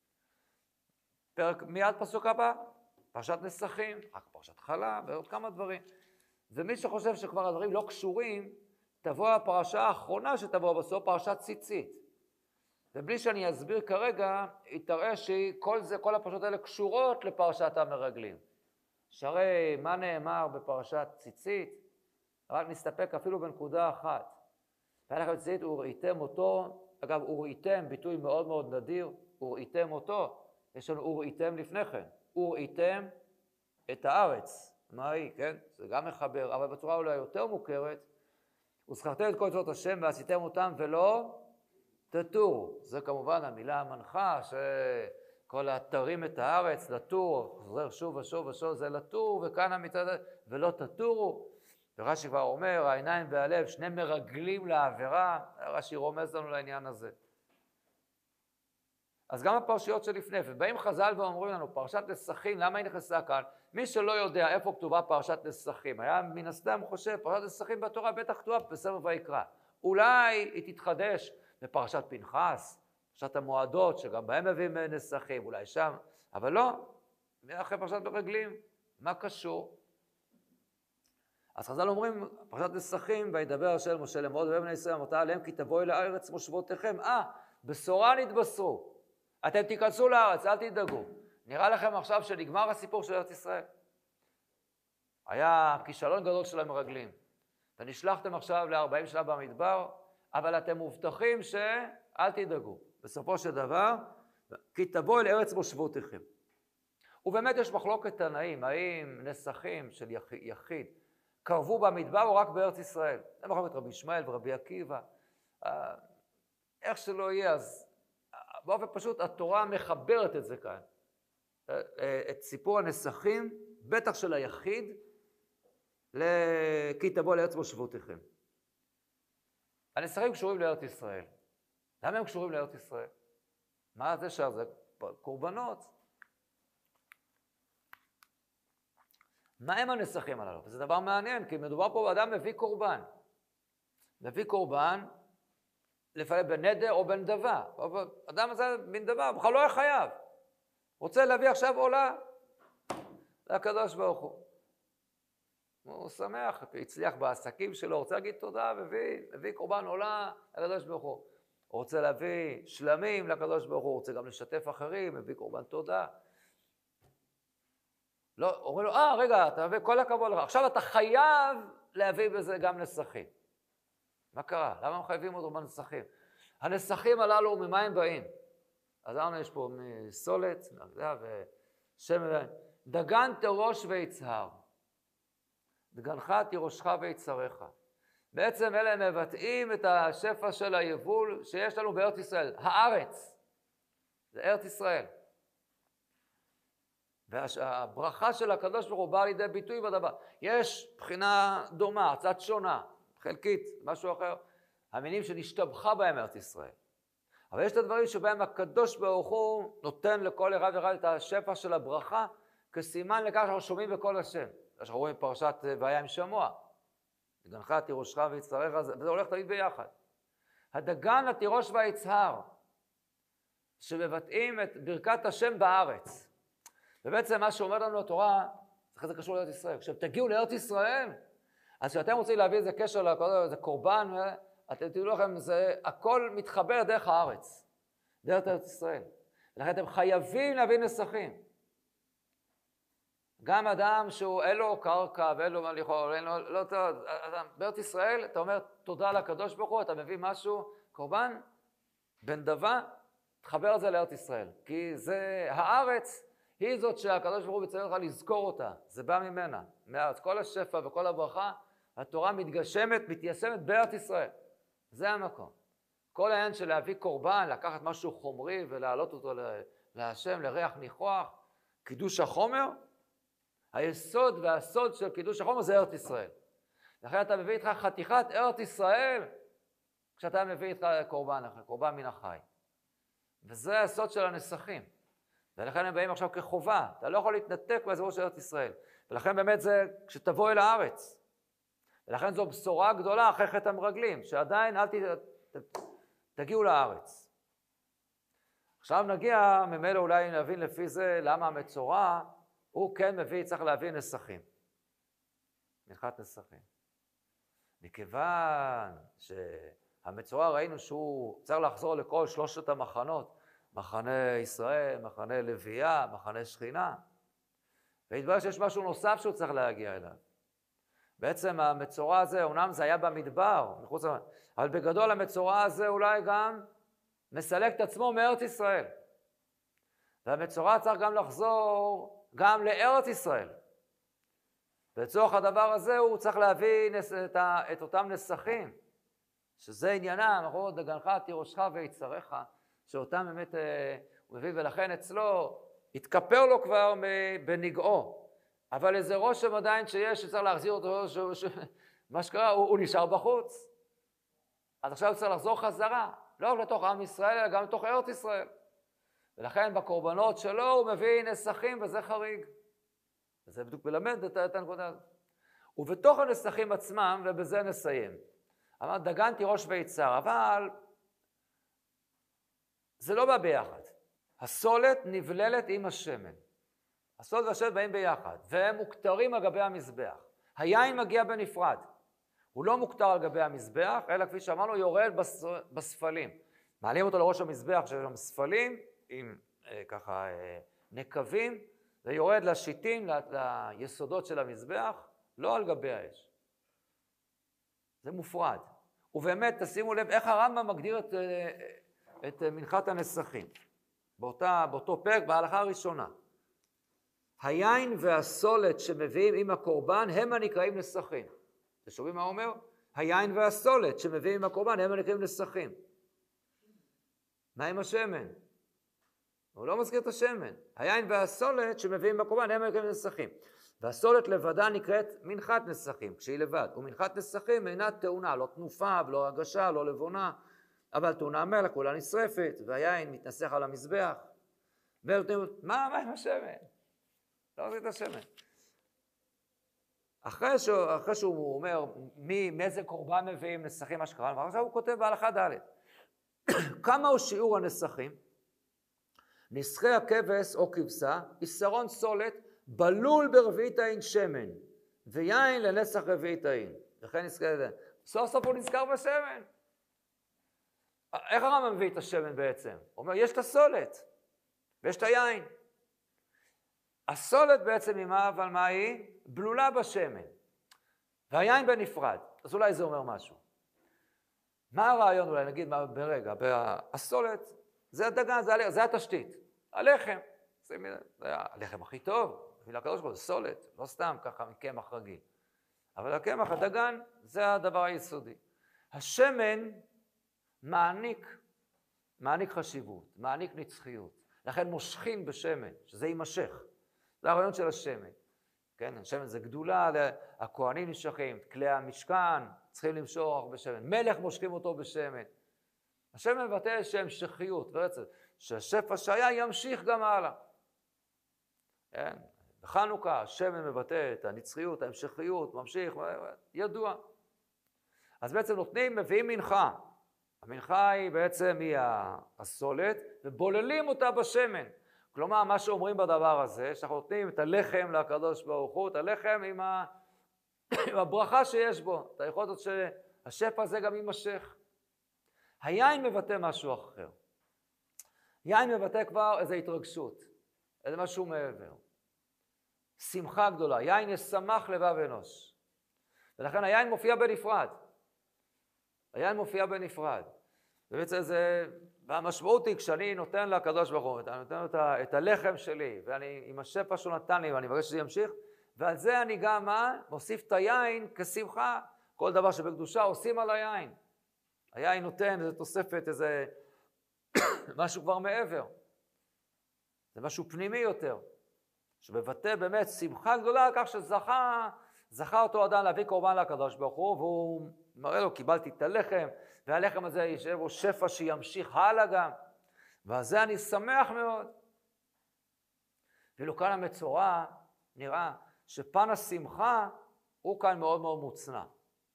מיד פסוק הבא, פרשת נסחים, פרשת חלה ועוד כמה דברים. ומי שחושב שכבר הדברים לא קשורים, תבוא הפרשה האחרונה שתבוא בסוף, פרשת ציצית. ובלי שאני אסביר כרגע, יתראה שכל הפרשות האלה קשורות לפרשת המרגלים. שהרי מה נאמר בפרשת ציצית? רק נסתפק אפילו בנקודה אחת. והלכת ציצית, וראיתם אותו, אגב, וראיתם, ביטוי מאוד מאוד נדיר, וראיתם אותו, יש לנו וראיתם לפני כן, וראיתם את הארץ, מה היא, כן? זה גם מחבר, אבל בצורה אולי יותר מוכרת, וזכרתם את כל צבאות השם ועשיתם אותם ולא תטורו. זה כמובן המילה המנחה שכל התרים את הארץ, לטור, חוזר שוב ושוב ושוב, זה לטור, וכאן המצד, ולא תטורו. ורש"י כבר אומר, העיניים והלב, שני מרגלים לעבירה, רש"י רומז לנו לעניין הזה. אז גם הפרשיות שלפני, ובאים חז"ל ואומרים לנו, פרשת נסחים, למה היא נכנסה כאן? מי שלא יודע איפה כתובה פרשת נסחים, היה מן הסתם חושב, פרשת נסחים בתורה בטח כתובה בספר ויקרא. אולי היא תתחדש בפרשת פנחס, פרשת המועדות, שגם בהם מביאים נסחים, אולי שם, אבל לא, אחרי פרשת מרגלים, מה קשור? אז חז"ל אומרים, פרשת נסחים, וידבר השם משה לאמור ובני ישראל אמרת עליהם, כי תבואו אל הארץ מושבותיכם. בשורה נתבשרו. אתם תיכנסו לארץ, אל תדאגו. נראה לכם עכשיו שנגמר הסיפור של ארץ ישראל. היה כישלון גדול של המרגלים. ונשלחתם עכשיו ל-40 שנה במדבר, אבל אתם מובטחים שאל תדאגו. בסופו של דבר, כי תבואו אל ארץ מושבותיכם. ובאמת יש מחלוקת תנאים, האם נסחים של יחיד קרבו במדבר או רק בארץ ישראל. זה מחלוקת רבי ישמעאל ורבי עקיבא. איך שלא יהיה, אז באופן פשוט התורה מחברת את זה כאן. את סיפור הנסחים, בטח של היחיד, כי תבוא לארץ מושבותיכם. הנסחים קשורים לארץ ישראל. למה הם קשורים לארץ ישראל? מה זה שם? זה קורבנות. מה הם הנסחים הללו? וזה דבר מעניין, כי מדובר פה באדם מביא קורבן. מביא קורבן, לפעמים בנדר או בנדבה. אדם הזה בנדבה, בכלל לא היה חייב. רוצה להביא עכשיו עולה לקדוש ברוך הוא. הוא שמח, הצליח בעסקים שלו, רוצה להגיד תודה, מביא קורבן עולה לקדוש ברוך הוא. הוא רוצה להביא שלמים לקדוש ברוך הוא, רוצה גם לשתף אחרים, מביא קורבן תודה. לא, אומרים לו, רגע, אתה מביא כל הכבוד לך, עכשיו אתה חייב להביא בזה גם נסחים. מה קרה? למה הם חייבים אותו בנסחים? הנסחים הללו, ממה הם באים? אז אמרנו, יש פה מסולת, ושמן, דגן תירוש ויצהר. דגנך תירושך ויצהרך. בעצם אלה מבטאים את השפע של היבול שיש לנו בארץ ישראל. הארץ, זה ארץ ישראל. והברכה של הקדוש ברוך הוא באה לידי ביטוי בדבר. יש בחינה דומה, קצת שונה, חלקית, משהו אחר. המינים שנשתבחה בהם ארץ ישראל. אבל יש את הדברים שבהם הקדוש ברוך הוא נותן לכל אחד ואחד את השפע של הברכה, כסימן לכך שאנחנו שומעים בקול השם. אנחנו רואים פרשת והיה עם שמוע. דגנך תירושך ויצהרך, וזה הולך תמיד ביחד. הדגן התירוש והיצהר, שמבטאים את ברכת השם בארץ. ובעצם מה שאומר לנו התורה, זה קשור לארץ ישראל. כשתגיעו לארץ ישראל, אז כשאתם רוצים להביא איזה קשר לאיזה קורבן, אתם תראו לכם, זה הכל מתחבר דרך הארץ, דרך ארץ ישראל. ולכן אתם חייבים להביא נסחים. גם אדם שהוא אין לו קרקע ואין לו מה לאכול, לא טוב, בארץ ישראל אתה אומר תודה לקדוש ברוך הוא, אתה מביא משהו, קורבן, בנדבה, תחבר את זה לארץ ישראל. כי זה הארץ, היא זאת שהקדוש ברוך הוא צריך לך לזכור אותה, זה בא ממנה, מארץ. כל השפע וכל הברכה, התורה מתגשמת, מתיישמת בארץ ישראל. זה המקום. כל העניין של להביא קורבן, לקחת משהו חומרי ולהעלות אותו להשם, לריח ניחוח, קידוש החומר, היסוד והסוד של קידוש החומר זה ארץ ישראל. לכן אתה מביא איתך חתיכת ארץ ישראל, כשאתה מביא איתך קורבן מן החי. וזה הסוד של הנסחים. ולכן הם באים עכשיו כחובה. אתה לא יכול להתנתק מהזהות של ארץ ישראל. ולכן באמת זה כשתבוא אל הארץ. ולכן זו בשורה גדולה אחרי חטא המרגלים, שעדיין תגיעו לארץ. עכשיו נגיע, ממילא אולי נבין לפי זה למה המצורע, הוא כן מביא, צריך להביא נסכים. מנחת נסכים. מכיוון שהמצורע ראינו שהוא צריך לחזור לכל שלושת המחנות, מחנה ישראל, מחנה לוויה, מחנה שכינה, והתברר שיש משהו נוסף שהוא צריך להגיע אליו. בעצם המצורע הזה, אומנם זה היה במדבר, אבל בגדול המצורע הזה אולי גם מסלק את עצמו מארץ ישראל. והמצורע צריך גם לחזור גם לארץ ישראל. ולצורך הדבר הזה הוא צריך להביא את אותם נסכים, שזה עניינם, נכון, דגנך, תירושך ויצריך, שאותם באמת הוא מביא, ולכן אצלו התכפר לו כבר בנגעו. אבל איזה רושם עדיין שיש, שצריך להחזיר אותו, מה שקרה, הוא נשאר בחוץ. אז עכשיו הוא צריך לחזור חזרה, לא רק לתוך עם ישראל, אלא גם לתוך ארץ ישראל. ולכן בקורבנות שלו הוא מביא נסכים, וזה חריג. וזה בדיוק מלמד את הנקודה הזאת. ובתוך הנסכים עצמם, ובזה נסיים. אמר, דגנתי ראש ויצר, אבל זה לא בא ביחד. הסולת נבללת עם השמן. הסולת והשמן באים ביחד, והם מוכתרים על גבי המזבח. היין מגיע בנפרד. הוא לא מוכתר על גבי המזבח, אלא כפי שאמרנו, יורד בספלים. מעלים אותו לראש המזבח, שיש שם ספלים, עם ככה נקבים, זה יורד לשיטים, ליסודות של המזבח, לא על גבי האש. זה מופרד. ובאמת, תשימו לב, איך הרמב"ם מגדיר את מנחת הנסכים. באותו פרק, בהלכה הראשונה. היין והסולת שמביאים עם הקורבן, הם הנקראים נסכים. אתם שומעים מה הוא אומר? היין והסולת שמביאים עם הקורבן, הם הנקראים נסכים. מה עם השמן? הוא לא מזכיר את השמן. היין והסולת שמביאים בקורבן הם נקראים נסכים. והסולת לבדה נקראת מנחת נסכים, כשהיא לבד. ומנחת נסכים אינה טעונה, לא תנופה, לא הגשה, לא לבונה, אבל טעונה מלח, כולה נשרפת, והיין מתנסח על המזבח. מה עם השמן? לא מזכיר את השמן. אחרי שהוא אומר מאיזה קורבן מביאים נסכים מה שקרה, עכשיו הוא כותב בהלכה ד' כמה הוא שיעור הנסכים? נסחי הכבש או כבשה, יסרון סולת, בלול ברביעית העין שמן, ויין לנסח רביעית העין. לכן נזכר את זה. סוף סוף הוא נזכר בשמן. איך הרמב"ם מביא את השמן בעצם? הוא אומר, יש את הסולת, ויש את היין. הסולת בעצם היא מה, אבל מה היא? בלולה בשמן. והיין בנפרד. אז אולי זה אומר משהו. מה הרעיון אולי? נגיד ברגע, הסולת, זה הדגן, זה התשתית. הלחם. זה הלחם הכי טוב. בשביל הקדוש ברוך הוא, זה סולת. לא סתם ככה מקמח רגיל. אבל הקמח, הדגן, זה הדבר היסודי. השמן מעניק חשיבות, מעניק נצחיות. לכן מושכים בשמן, שזה יימשך. זה הרעיון של השמן. כן, השמן זה גדולה, הכהנים נמשכים, כלי המשכן, צריכים למשוך בשמן. מלך מושכים אותו בשמן. השמן מבטא שהמשכיות ורצף, שהשפע שהיה ימשיך גם הלאה. כן? בחנוכה, השמן מבטא את הנצחיות, ההמשכיות, ממשיך, ידוע. אז בעצם מביאים מנחה. המנחה היא בעצם הסולת, ובוללים אותה בשמן. כלומר, מה שאומרים בדבר הזה, שאנחנו נותנים את הלחם לקדוש ברוך הוא, את הלחם עם הברכה שיש בו, את היכולת שהשפע הזה גם יימשך. היין מבטא משהו אחר. יין מבטא כבר איזו התרגשות, איזה משהו מעבר. שמחה גדולה, יין ישמח לבב אנוש. ולכן היין מופיע בנפרד. היין מופיע בנפרד. ובעצם זה, והמשמעות היא, כשאני נותן לקדוש ברוך הוא, אני נותן את הלחם שלי, ואני עם השפע שהוא נתן לי, ואני מבקש שזה ימשיך, ועל זה אני גם מוסיף את היין כשמחה. כל דבר שבקדושה עושים על היין. היין נותן איזו תוספת, איזה משהו כבר מעבר. זה משהו פנימי יותר, שבבטא באמת שמחה גדולה על כך שזכה אותו אדם להביא קורבן לקדוש ברוך הוא, והוא מראה לו, קיבלתי את הלחם, והלחם הזה יישאר בו שפע שימשיך הלאה גם, ועל זה אני שמח מאוד. ואילו כאן המצורע נראה שפן השמחה הוא כאן מאוד מאוד מוצנע.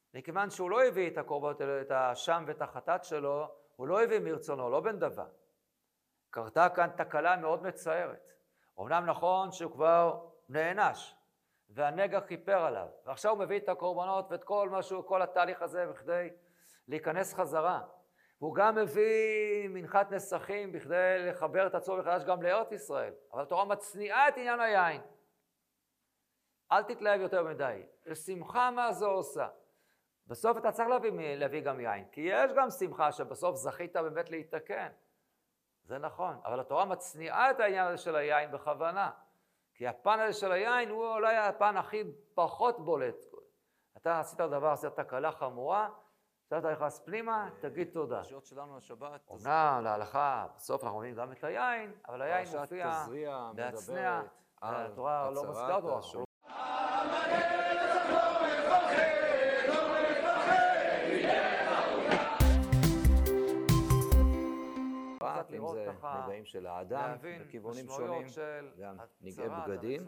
מכיוון שהוא לא הביא את הקורבנות, את האשם ואת החטאת שלו, הוא לא הביא מרצונו, לא בנדבה. קרתה כאן תקלה מאוד מצערת. אומנם נכון שהוא כבר נענש, והנגע כיפר עליו, ועכשיו הוא מביא את הקורבנות ואת כל התהליך הזה בכדי להיכנס חזרה. והוא גם מביא מנחת נסכים בכדי לחבר את עצמו מחדש גם לארץ ישראל. אבל התורה מצניעה את עניין היין. אל תתלהב יותר מדי. לשמחה מה זו עושה. בסוף אתה צריך להביא גם יין, כי יש גם שמחה שבסוף זכית באמת להתקן. זה נכון, אבל התורה מצניעה את העניין הזה של היין בכוונה. כי הפן הזה של היין הוא אולי הפן הכי פחות בולט. אתה עשית דבר, עשית תקלה חמורה, אתה נכנס פנימה, תגיד תודה. השעות שלנו השבת. אומנם להלכה, בסוף אנחנו רואים גם את היין, אבל היין מופיע להצנע, התורה לא מזכירה אותו. קצת לראות ככה, נגעים של האדם, בכיוונים שונים, גם נגעי בגדים.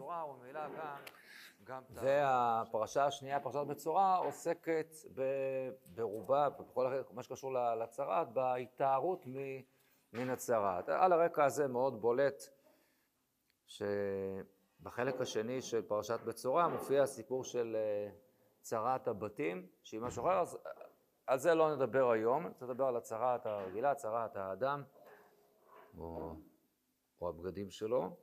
והפרשה השנייה, פרשת בצורה, עוסקת ברובה, בכל מה שקשור לצרת, בהתארות מן הצרת. על הרקע הזה מאוד בולט, שבחלק השני של פרשת בצורה מופיע הסיפור של צרת הבתים, שהיא משהו אחר, אז על זה לא נדבר היום, נדבר על הצרת הרגילה, צרת האדם, או הבגדים שלו,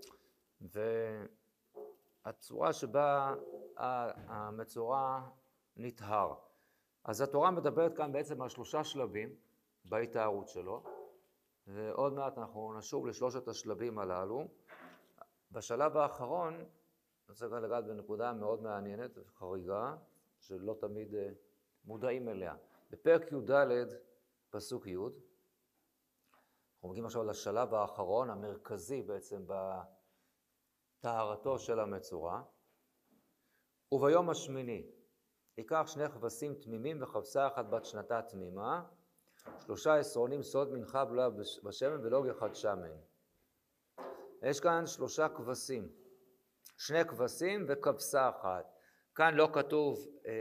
והצורה שבה המצורע נטהר. אז התורה מדברת כאן בעצם על 3 שלבים בהתארות שלו, ועוד מעט אנחנו נשוב לשלושת השלבים הללו. בשלב האחרון, אני רוצה לגעת בנקודה מאוד מעניינת וחריגה, שלא תמיד מודעים אליה. בפרק י"ד, פסוק י', אנחנו מגיעים עכשיו לשלב האחרון, המרכזי בעצם בטהרתו של המצורע. וביום השמיני, ייקח 2 כבשים תמימים וכבשה אחת בת שנתה תמימה, 3 עשרונים סוד מנחה בלויה בשמן ולוג אחד שמן. יש כאן 3 כבשים, 2 כבשים וכבשה אחת. כאן לא כתוב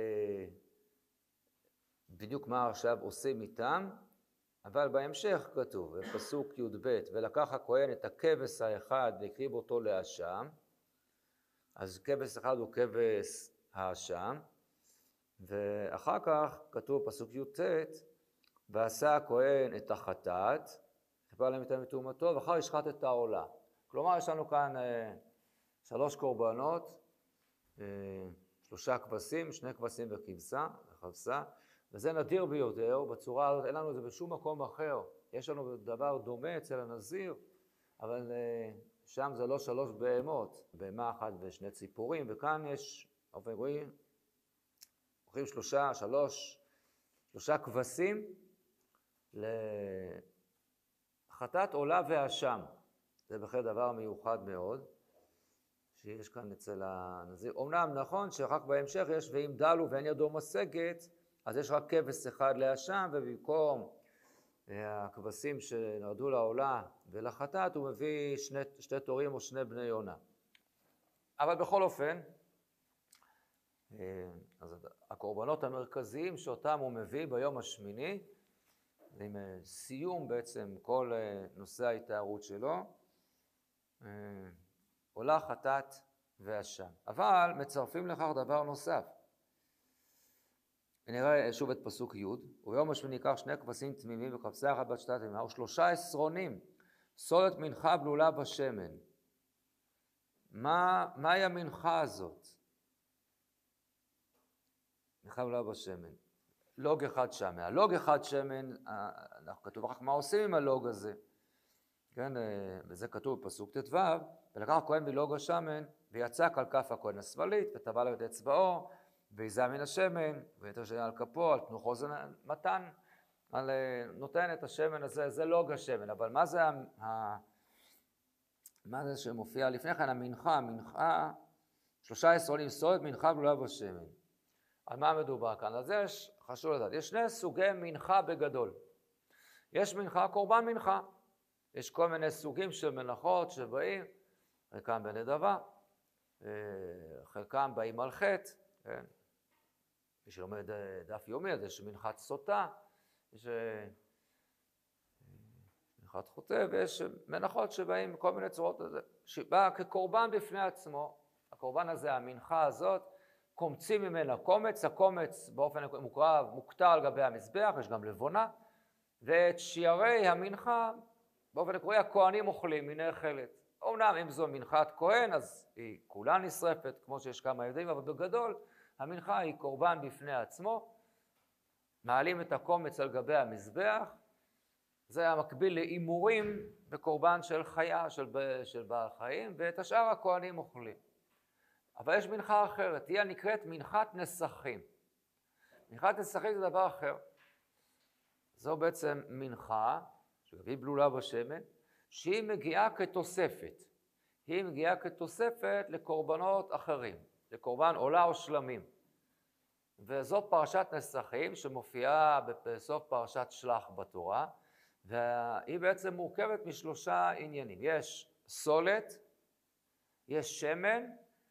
בדיוק מה עכשיו עושים איתם, אבל בהמשך כתוב, בפסוק י"ב, ולקח הכהן את הכבש האחד והקריב אותו לאשם, אז כבש אחד הוא כבש האשם, ואחר כך כתוב פסוק י"ט, ועשה הכהן את החטאת, כיפר להם איתם מטומאתו, ואחר ישחט את העולה. כלומר, יש לנו כאן 3 קורבנות, 3 כבשים, 2 כבשים וכבשה, וזה נדיר ביותר, בצורה הזאת אין לנו את זה בשום מקום אחר. יש לנו דבר דומה אצל הנזיר, אבל שם זה לא 3 בהמות, בהמה אחת ו2 ציפורים, וכאן יש, רואים 3 כבשים לחטאת עולה ואשם. זה בכלל דבר מיוחד מאוד, שיש כאן אצל הנזיר. אומנם נכון שרק בהמשך יש ואם דלו ואין ידו משגת, אז יש רק כבש אחד לאשם, ובמקום הכבשים שנועדו לעולה ולחטאת, הוא מביא 2 תורים או 2 בני יונה. אבל בכל אופן, אז הקורבנות המרכזיים שאותם הוא מביא ביום השמיני, עם סיום בעצם כל נושא ההתארות שלו, עולה, חטאת ואשם. אבל מצרפים לכך דבר נוסף. ונראה שוב את פסוק י', וביום השמיני ייקח 2 כבשים תמימים וכבשה אחת בת שנתה תמימה, ו3 עשרונים סולת מנחה בלולה בשמן. מהי המנחה הזאת? מנחה בלולה בשמן. לוג אחד שמן. הלוג אחד שמן, כתוב אחר כך מה עושים עם הלוג הזה. כן, וזה כתוב בפסוק ט"ו, ולקח הכהן מלוג השמן, ויצק על כף הכהן השמאלית, וטבע לו את אצבעו, ויזע מן השמן, ויתר שמן על כפו, על תנוחו זה מתן, נותן את השמן הזה, זה לוג השמן. אבל מה זה שמופיע לפני כן? המנחה, 3 עשרונים סולת מנחה בלולה בשמן. על מה מדובר כאן? אז חשוב לדעת, יש 2 סוגי מנחה בגדול. יש מנחה, קורבן מנחה. יש כל מיני סוגים של מנחות שבאים, חלקם בנדבה, חלקם באים על חטא, כן? מי שלומד דף יומי, אז יש מנחת סוטה, יש מנחת חוטא, ויש מנחות שבאים בכל מיני צורות, שבא כקורבן בפני עצמו. הקורבן הזה, המנחה הזאת, קומצים ממנה קומץ, הקומץ באופן מוקרב מוקטר על גבי המזבח, יש גם לבונה, ואת שיערי המנחה, באופן עקרוני הכהנים אוכלים מנאכלת. אומנם אם זו מנחת כהן, אז היא כולה נשרפת, כמו שיש כמה הבדלים, אבל בגדול המנחה היא קורבן בפני עצמו, מעלים את הקומץ על גבי המזבח, זה המקביל לאימורים בקורבן של חיה, של בעל חיים, ואת השאר הכהנים אוכלים. אבל יש מנחה אחרת, היא נקראת מנחת נסכים. מנחת נסכים זה דבר אחר. זו בעצם מנחה, שהיא בלולה בשמן, שהיא מגיעה כתוספת. היא מגיעה כתוספת לקורבנות אחרים, לקורבן עולה או שלמים. וזאת פרשת נסכים שמופיעה בסוף פרשת שלח בתורה, והיא בעצם מורכבת משלושה עניינים. יש סולת, יש שמן,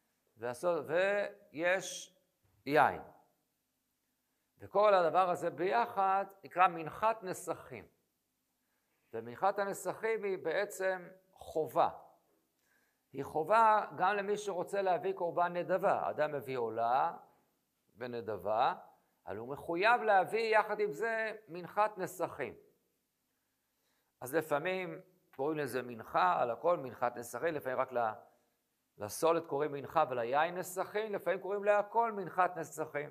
ויש יין. וכל הדבר הזה ביחד נקרא מנחת נסכים. ומנחת הנסכים היא בעצם חובה. היא חובה גם למי שרוצה להביא קורבן נדבה. אדם מביא עולה ונדבה, אבל הוא מחויב להביא יחד עם זה מנחת נסכים. אז לפעמים קוראים לזה מנחה, על הכל מנחת נסכים, לפעמים רק לסולת קוראים מנחה וליין נסכים, לפעמים קוראים להכל מנחת נסכים.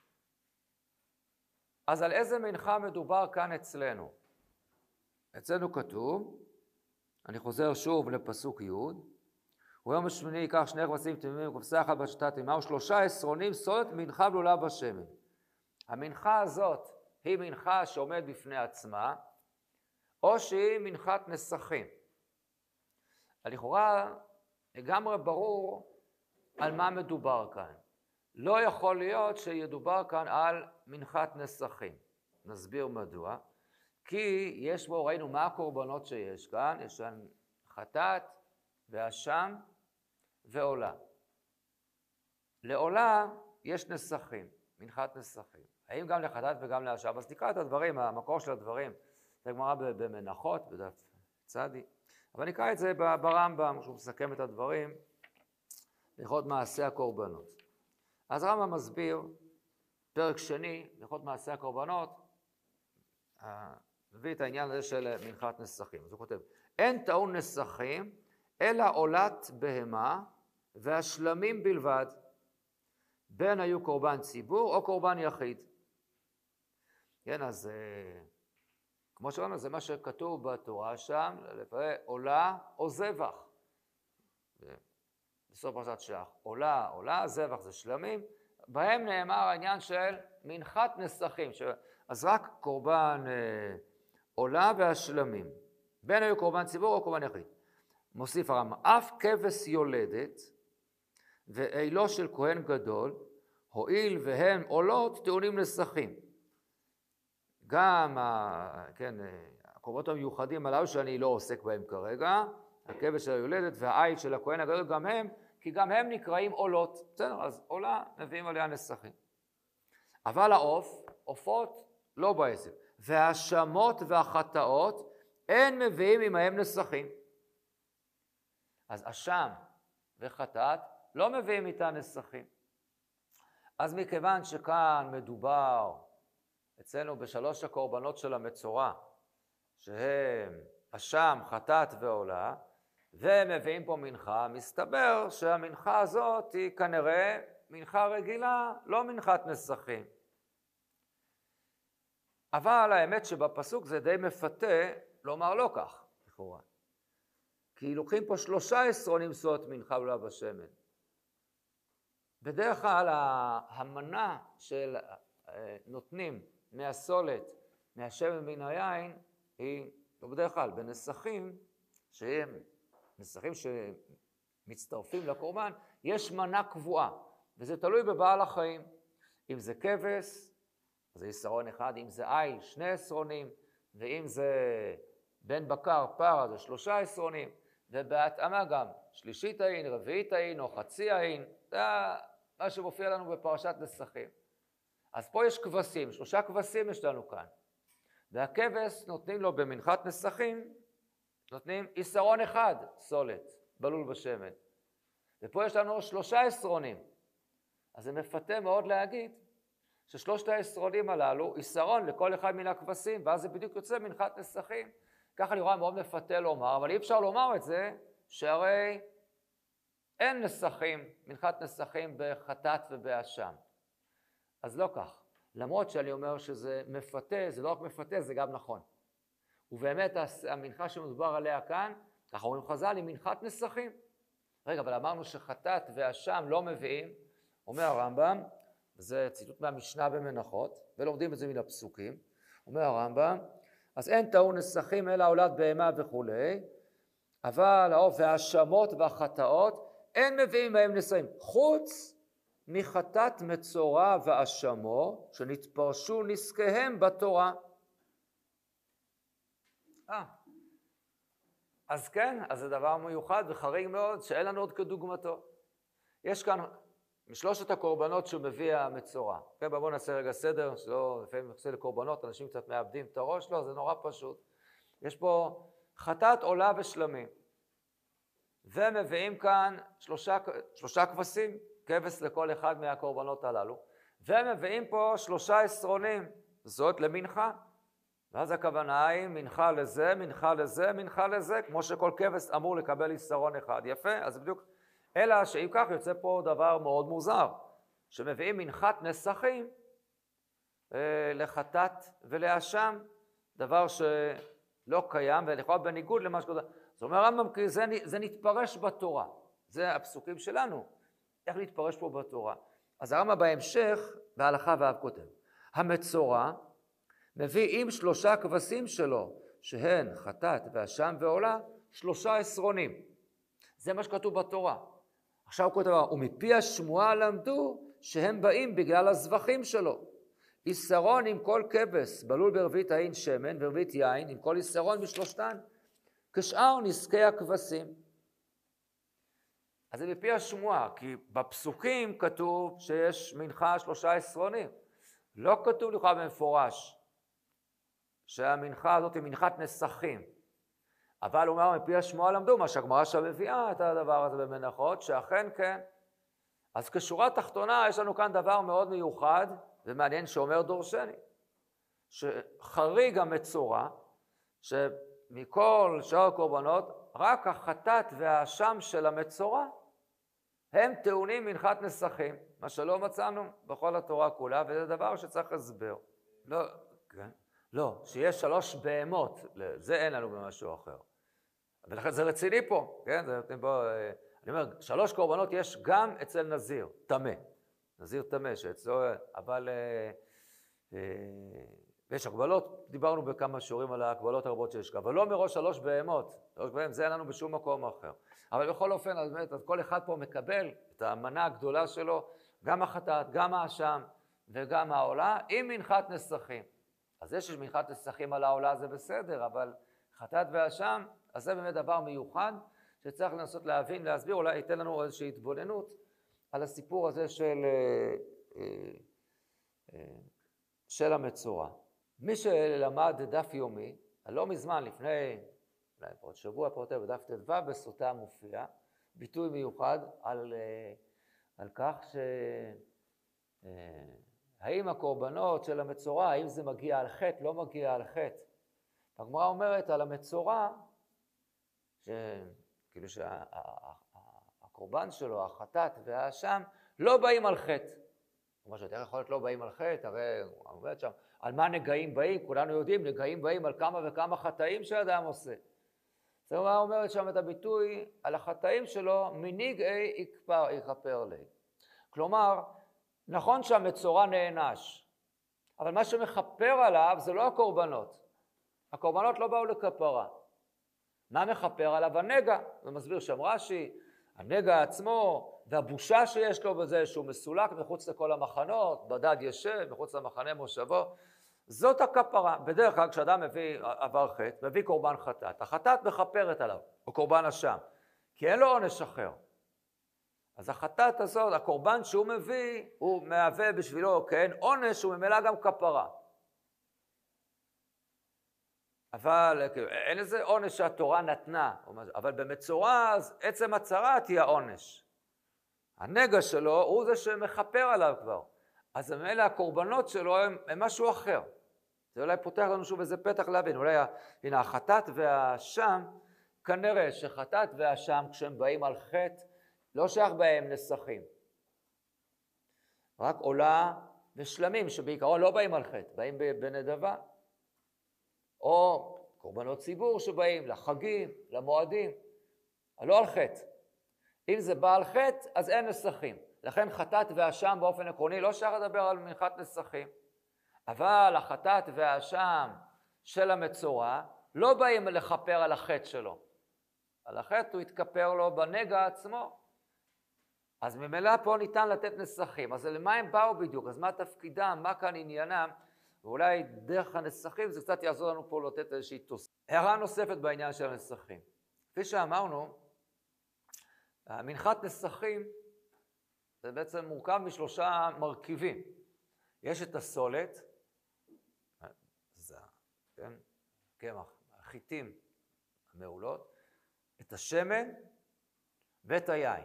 אז על איזה מנחה מדובר כאן אצלנו? אצלנו כתוב, אני חוזר שוב לפסוק י', וביום השמיני ייקח שני כבשים תמימים וכבשה אחת בשתה תמימה ו3 עשרונים סולת מנחה בלולה בשמן. המנחה הזאת היא מנחה שעומד בפני עצמה, או שהיא מנחת נסכים. לכאורה לגמרי ברור על מה מדובר כאן. לא יכול להיות שידובר כאן על מנחת נסכים. נסביר מדוע. כי יש בו, ראינו מה הקורבנות שיש כאן, יש כאן חטאת ואשם ועולה. לעולה יש נסכים, מנחת נסכים. האם גם לחטאת וגם לאשם? אז תקרא את הדברים, המקור של הדברים, זה גמרא במנחות, בדף צדי. אבל נקרא את זה ברמב"ם, שהוא מסכם את הדברים, לכות מעשה הקורבנות. אז רמב"ם מסביר, פרק שני, לכות מעשה הקורבנות, מביא את העניין הזה של מנחת נסכים. אז הוא כותב, אין טעון נסכים, אלא עולת בהמה והשלמים בלבד, בין היו קורבן ציבור או קורבן יחיד. כן, אז כמו שאומרנו, זה מה שכתוב בתורה שם, לפעמים עולה או זבח. בסוף פרשת שלח, עולה, זבח זה שלמים, בהם נאמר העניין של מנחת נסכים, אז רק קורבן עולה והשלמים, בין היו קורבן ציבור או קורבן יחיד. מוסיף הרמב"ם, אף כבש יולדת ואילו של כהן גדול, הואיל והם עולות טעונים נסכים. גם הקורבנות המיוחדים הללו שאני לא עוסק בהם כרגע, הכבש של היולדת והעיל של הכהן הגדול גם הם, כי גם הם נקראים עולות. בסדר, אז עולה מביאים עליה נסכים. אבל העוף, עופות לא בעסק. והשמות והחטאות אין מביאים עמהם נסכים. אז אשם וחטאת לא מביאים איתה נסכים. אז מכיוון שכאן מדובר אצלנו בשלוש הקורבנות של המצורע, שהם אשם, חטאת ועולה, והם מביאים פה מנחה, מסתבר שהמנחה הזאת היא כנראה מנחה רגילה, לא מנחת נסכים. אבל האמת שבפסוק זה די מפתה לומר לא כך, לכאורה. כי לוקחים פה 3 עשרונים סעות מנחה בלולה בשמן. בדרך כלל המנה של נותנים מהסולת, מהשמן מן היין, היא לא בדרך כלל בנסכים, שהם נסכים שמצטרפים לקורבן, יש מנה קבועה, וזה תלוי בבעל החיים. אם זה כבש, אז זה עשרון אחד, אם זה עיל, 2 עשרונים, ואם זה בן בקר, פר, זה 3 עשרונים, ובהתאמה גם 3 העין, 4 העין או חצי העין, זה מה שמופיע לנו בפרשת נסכים. אז פה יש כבשים, 3 כבשים יש לנו כאן. והכבש נותנים לו במנחת נסכים, נותנים עשרון אחד סולת, בלול בשמן. ופה יש לנו 3 עשרונים. אז זה מפתה מאוד להגיד ששלושת העשרונים הללו, עשרון לכל אחד מן הכבשים, ואז זה בדיוק יוצא מנחת נסכים. ככה אני רואה מאוד מפתה לומר, אבל אי אפשר לומר את זה, שהרי אין נסכים, מנחת נסכים בחטאת ובאשם. אז לא כך. למרות שאני אומר שזה מפתה, זה לא רק מפתה, זה גם נכון. ובאמת המנחה שמדובר עליה כאן, ככה אומרים חז"ל, היא מנחת נסכים. רגע, אבל אמרנו שחטאת ואשם לא מביאים, אומר הרמב"ם, וזה ציטוט מהמשנה במנחות, ולומדים את זה מן הפסוקים, אומר הרמב"ם, אז אין טעון נסכים אלא הולד בהמה וכו', אבל והאשמות והחטאות, אין מביאים מהם נסכים, חוץ מחטאת מצורע ואשמו, שנתפרשו נזקיהם בתורה. אז כן, אז זה דבר מיוחד וחריג מאוד, שאין לנו עוד כדוגמתו. יש כאן משלושת הקורבנות שהוא מביא המצורע. כן, בואו נעשה רגע סדר, שלא לפעמים נעשה לקורבנות, אנשים קצת מאבדים את הראש, לא, זה נורא פשוט. יש פה חטאת עולה ושלמים. ומביאים כאן שלושה כבשים, כבש לכל אחד מהקורבנות הללו, ומביאים פה 3 עשרונים, זאת למנחה. ואז הכוונה היא מנחה לזה, מנחה לזה, מנחה לזה, כמו שכל כבש אמור לקבל עשרון אחד. יפה, אז בדיוק, אלא שאם כך יוצא פה דבר מאוד מוזר, שמביאים מנחת נסכים לחטאת ולאשם, דבר שלא קיים ולכאורה בניגוד למה שקורה. זאת אומרת, הרמב"ם, כי זה נתפרש בתורה, זה הפסוקים שלנו, איך להתפרש פה בתורה. אז הרמב"ם בהמשך, בהלכה ואב כותב, המצורע מביא עם 3 כבשים שלו, שהן חטאת ואשם ועולה, 3 עשרונים. זה מה שכתוב בתורה. עכשיו הוא כותב, ומפי השמועה למדו שהם באים בגלל הזבחים שלו. עשרון עם כל כבש, בלול ברבית העין שמן ורבית יין, עם כל עשרון בשלושתן, כשאר נזקי הכבשים. אז זה מפי השמועה, כי בפסוקים כתוב שיש מנחה 3 עשרונים. לא כתוב לך במפורש שהמנחה הזאת היא מנחת נסכים. אבל הוא אומר, מפי השמועה למדו, מה שהגמרא שם מביאה את הדבר הזה במנחות, שאכן כן. אז כשורה תחתונה יש לנו כאן דבר מאוד מיוחד, ומעניין שאומר דורשני, שחריג המצורע, שמכל שאר הקורבנות, רק החטאת והאשם של המצורע, הם טעונים מנחת נסכים, מה שלא מצאנו בכל התורה כולה, וזה דבר שצריך הסבר. לא, כן? לא, שיש 3 בהמות, זה אין לנו במשהו אחר. ולכן זה רציני פה, כן? זה נותנים פה, אני אומר, 3 קורבנות יש גם אצל נזיר, טמא. נזיר טמא שאצלו, אבל יש הגבלות, דיברנו בכמה שיעורים על ההגבלות הרבות שיש, אבל לא מראש 3 בהמות, 3 בהמות, זה אין לנו בשום מקום אחר. אבל בכל אופן, אז באמת, אז כל אחד פה מקבל את המנה הגדולה שלו, גם החטאת, גם האשם וגם העולה, עם מנחת נסכים. אז זה שיש מנחת נסכים על העולה זה בסדר, אבל חטאת והאשם, אז זה באמת דבר מיוחד, שצריך לנסות להבין, להסביר, אולי ייתן לנו איזושהי התבוננות על הסיפור הזה של המצורע. מי שלמד דף יומי, לא מזמן, לפני אולי עוד שבוע פרוטה בדף ט"ו בסוטה מופיע, ביטוי מיוחד על כך האם הקורבנות של המצורע, האם זה מגיע על חטא, לא מגיע על חטא. הגמרא אומרת על המצורע, כאילו שהקורבן שלו, החטאת והאשם, לא באים על חטא. כמו שיותר יכול להיות לא באים על חטא, הרי הוא אומר שם, על מה נגעים באים? כולנו יודעים, נגעים באים על כמה וכמה חטאים שאדם עושה. זאת אומרת שם את הביטוי על החטאים שלו, מנגעי יכפר לי. כלומר, נכון שהמצורע נענש, אבל מה שמכפר עליו זה לא הקורבנות. הקורבנות לא באו לכפרה. מה מכפר עליו? הנגע. זה מסביר שם רש"י, הנגע עצמו והבושה שיש לו בזה שהוא מסולק מחוץ לכל המחנות, בדד ישב, מחוץ למחנה מושבו, זאת הכפרה. בדרך כלל כשאדם מביא עבר חטא, מביא קורבן חטאת, החטאת מכפרת עליו, או קורבן אשם, כי אין לו עונש אחר. אז החטאת הזאת, הקורבן שהוא מביא, הוא מהווה בשבילו, כן, עונש, הוא ממילא גם כפרה. אבל אין איזה עונש שהתורה נתנה, אבל במצורע, אז עצם הצרה תהיה העונש. הנגע שלו הוא זה שמחפר עליו כבר. אז ממילא הקורבנות שלו הם משהו אחר. זה אולי פותח לנו שוב איזה פתח להבין. אולי, הנה, החטאת והאשם, כנראה שחטאת והאשם, כשהם באים על חטא, לא שייך בהם נסכים. רק עולה ושלמים, שבעיקרון לא באים על חטא, באים בנדבה. או קורבנות ציבור שבאים לחגים, למועדים, לא על חטא. אם זה בא על חטא, אז אין נסכים. לכן חטאת והאשם באופן עקרוני לא שייך לדבר על מנחת נסכים. אבל החטאת והאשם של המצורע לא באים לחפר על החטא שלו. על החטא הוא יתכפר לו בנגע עצמו. אז ממילא פה ניתן לתת נסכים. אז למה הם באו בדיוק? אז מה תפקידם? מה כאן עניינם? ואולי דרך הנסכים זה קצת יעזור לנו פה לתת איזושהי תוספת. הערה נוספת בעניין של הנסכים. כפי שאמרנו, מנחת נסכים זה בעצם מורכב משלושה מרכיבים. יש את הסולת, זה, כן, קמח, החיטים המעולות, את השמן ואת היין.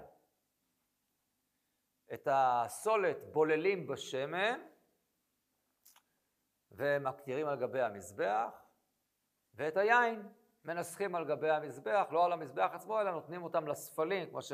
את הסולת בוללים בשמן ומקטירים על גבי המזבח, ואת היין מנסחים על גבי המזבח, לא על המזבח עצמו, אלא נותנים אותם לספלים, כמו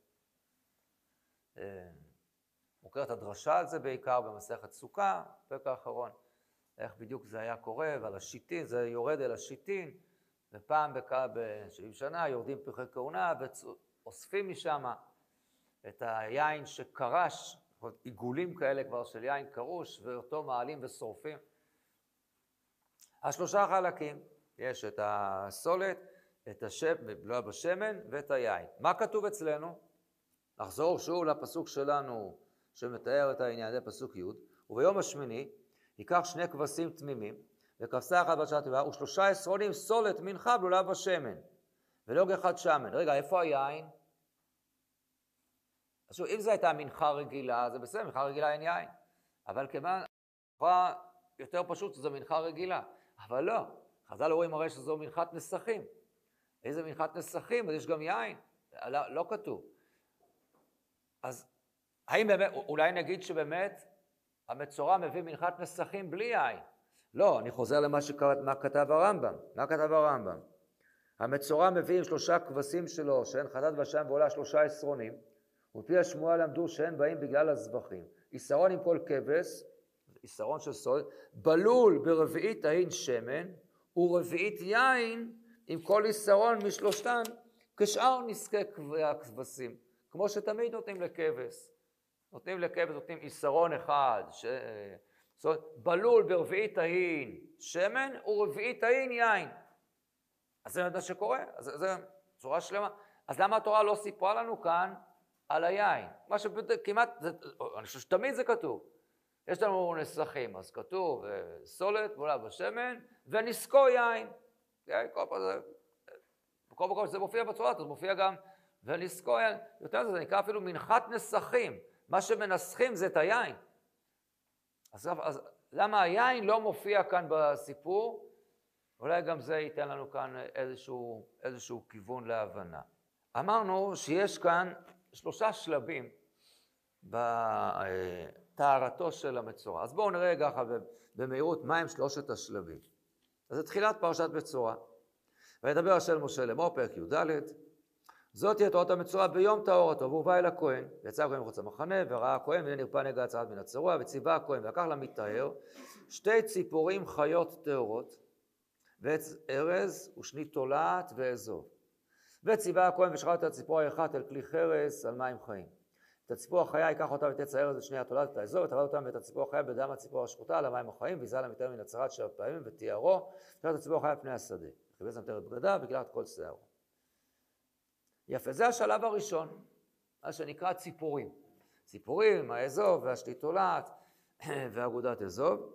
מוכרת הדרשה על זה בעיקר במסכת סוכה, בפרק האחרון, איך בדיוק זה היה קורה, ועל השיטין, זה יורד אל השיטין, ופעם ב-70 שנה יורדים פרחי כהונה, ואוספים משם את היין שקרש, עיגולים כאלה כבר של יין קרוש, ואותו מעלים ושורפים. השלושה חלקים, יש את הסולת, את השמן ואת היין. מה כתוב אצלנו? נחזור שוב לפסוק שלנו שמתאר את העניין, זה פסוק י', וביום השמיני ייקח 2 כבשים תמימים, וכבשה אחת בשעה טובה, ו3 עשרונים סולת מנחה בלולה בשמן, ולוג אחד שמן. רגע, איפה היין? אז שוב, אם זו הייתה מנחה רגילה, זה בסדר, מנחה רגילה אין יין. אבל כיוון, יותר פשוט שזו מנחה רגילה. אבל לא, חז"ל רואים הרי שזו מנחת נסכים. איזה מנחת נסכים? אז יש גם יין. לא כתוב. אז האם באמת, אולי נגיד שבאמת המצורע מביא מנחת נסכים בלי יין? לא, אני חוזר למה כתב הרמב"ם. מה כתב הרמב"ם? המצורע מביא עם 3 כבשים שלו, שהן חטאת ושם ועולה 3 עשרונים, ופי השמועה למדו שהן באים בגלל הזבחים. יסרון עם כל כבש, יסרון של סולת, בלול ברביעית ההין שמן, ורביעית יין עם כל יסרון משלושתן, כשאר נזקי הכבשים. כמו שתמיד נותנים לכבש. נותנים לכבש, נותנים יסרון אחד, בלול ברביעית ההין שמן, ורביעית ההין יין. אז זה מה שקורה, אז זה צורה שלמה. אז למה התורה לא סיפרה לנו כאן על היין? מה שכמעט, אני חושב שתמיד זה כתוב. יש לנו נסכים, אז כתוב סולת, בולה בשמן, ונסקו יין. בכל מקום שזה מופיע בצורה, אז מופיע גם ונסקו יין. יותר מזה, זה נקרא אפילו מנחת נסכים. מה שמנסחים זה את היין. אז למה היין לא מופיע כאן בסיפור? אולי גם זה ייתן לנו כאן איזשהו כיוון להבנה. אמרנו שיש כאן 3 שלבים בטהרתו של המצורע. אז בואו נראה ככה במהירות מהם 3 השלבים. אז זה תחילת פרשת מצורע. וידבר השם משה לאמור, פרק י"ד, זאת תהיה תורת המצורע ביום טהרתו, והוא בא אל הכהן, ויצא הכהן מחוץ למחנה, וראה הכהן והנה נרפא נגע הצעד מן הצרוע, וציווה הכהן ולקח למטהר 2 ציפורים חיות טהורות, ועץ ארז ושני תולעת ואזוב. וציווה הכהן ושחט את הציפור האחת אל כלי חרס על מים חיים. את הציפור החיה ייקח אותה ואת עץ הארז ואת שני התולעת ואת האזוב, וטבל אותם ואת הציפור החיה בדם הציפור השחוטה על המים החיים, ויזל המטהר מן הצרת 7 פעמים, ותיארו, ושחט את הציפור החיה פני השדה. וכיבס המטהר את בגדיו וגילח את כל שערו. יפה, זה השלב הראשון, מה שנקרא ציפורים. ציפורים, האזוב והשני תולעת ואגודת אזוב.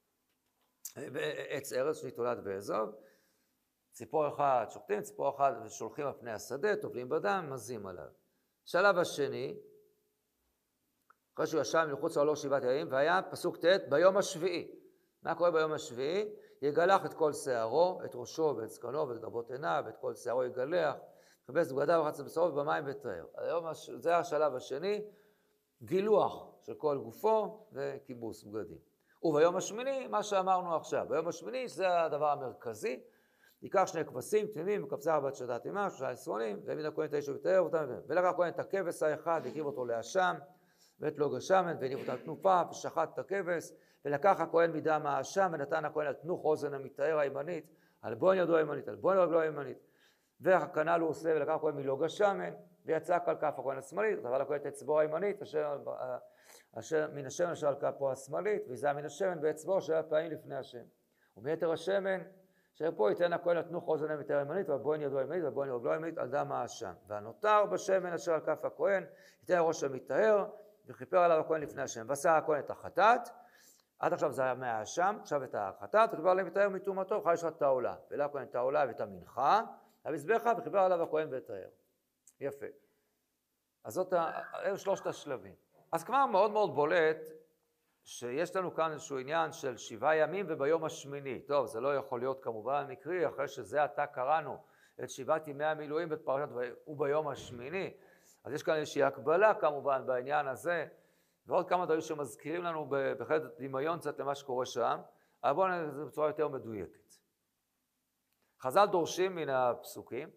עץ ארז, שני תולעת ואזוב. ציפור אחד שוחטים, ציפור אחד שולחים על פני השדה, טובלים בדם, מזים עליו. שלב השני, אחרי שהוא ישב מחוץ לאוהלו 7 ימים, והיה פסוק ט' ביום השביעי. מה קורה ביום השביעי? יגלח את כל שערו, את ראשו ואת זקנו ואת גבות עיניו, ואת כל שערו יגלח, יכבס בגדיו ורחץ בשרו ובמים ויטהר. זה השלב השני, גילוח של כל גופו וכיבוס בגדים. וביום השמיני, מה שאמרנו עכשיו, ביום השמיני זה הדבר המרכזי, ייקח 2 כבשים תמימים, וכבשה בת שדה תמימה, 3 עשרונים, והעמיד הכהן את האיש ויטהר אותם, ולקח הכהן את הכבש האחד, והקריב אותו לאשם, ואת לוג השמן, והניף אותה תנופה, ושחט את הכבש, ולקח הכהן מדם האשם, ונתן הכהן על תנוך אוזן המטהר הימנית, על בון ידו הימנית, על בון רגלו הימנית, וכנ"ל הוא עושה, ולקח הכהן מלוג השמן, ויצק על כף הכהן השמאלית, טבל הכהן את אצבעו הימנית, אשר מן השמן אשר על כפו השמאלית, ויזע מן השמן באצבעו 7 פעמים לפני השם. ומיתר השמן, אשר פה ייתן הכהן על תנוך אוזן המטהר הימנית, ועל בון ידו הימנית, ועל בון רגלו הימנית, על דם האשם. והנותר בשמן אשר על כף הכהן, ייתן ראש המטהר, וכיפר עליו הכהן לפני השם. ועשה הכהן את החטאת, עד עכשיו זה היה מהאשם, עכשיו את החטאת, וכיפר עליו מטהר מטומאתו, אחר יש לך את העולה. ולא הכהן את העולה ואת המנחה, המזבחה, וכיפר עליו הכהן וטהר. יפה. אז אלו 3 השלבים. אז כבר מאוד מאוד בולט שיש לנו כאן איזשהו עניין של 7 ימים וביום השמיני. טוב, זה לא יכול להיות כמובן מקרי, אחרי שזה עתה קראנו את 7 ימי המילואים בפרשת וביום השמיני. אז יש כאן איזושהי הקבלה כמובן בעניין הזה, ועוד כמה דברים שמזכירים לנו בהחלט דמיון קצת למה שקורה שם, אבל בואו נראה את זה בצורה יותר מדויקת. חז"ל דורשים מן הפסוקים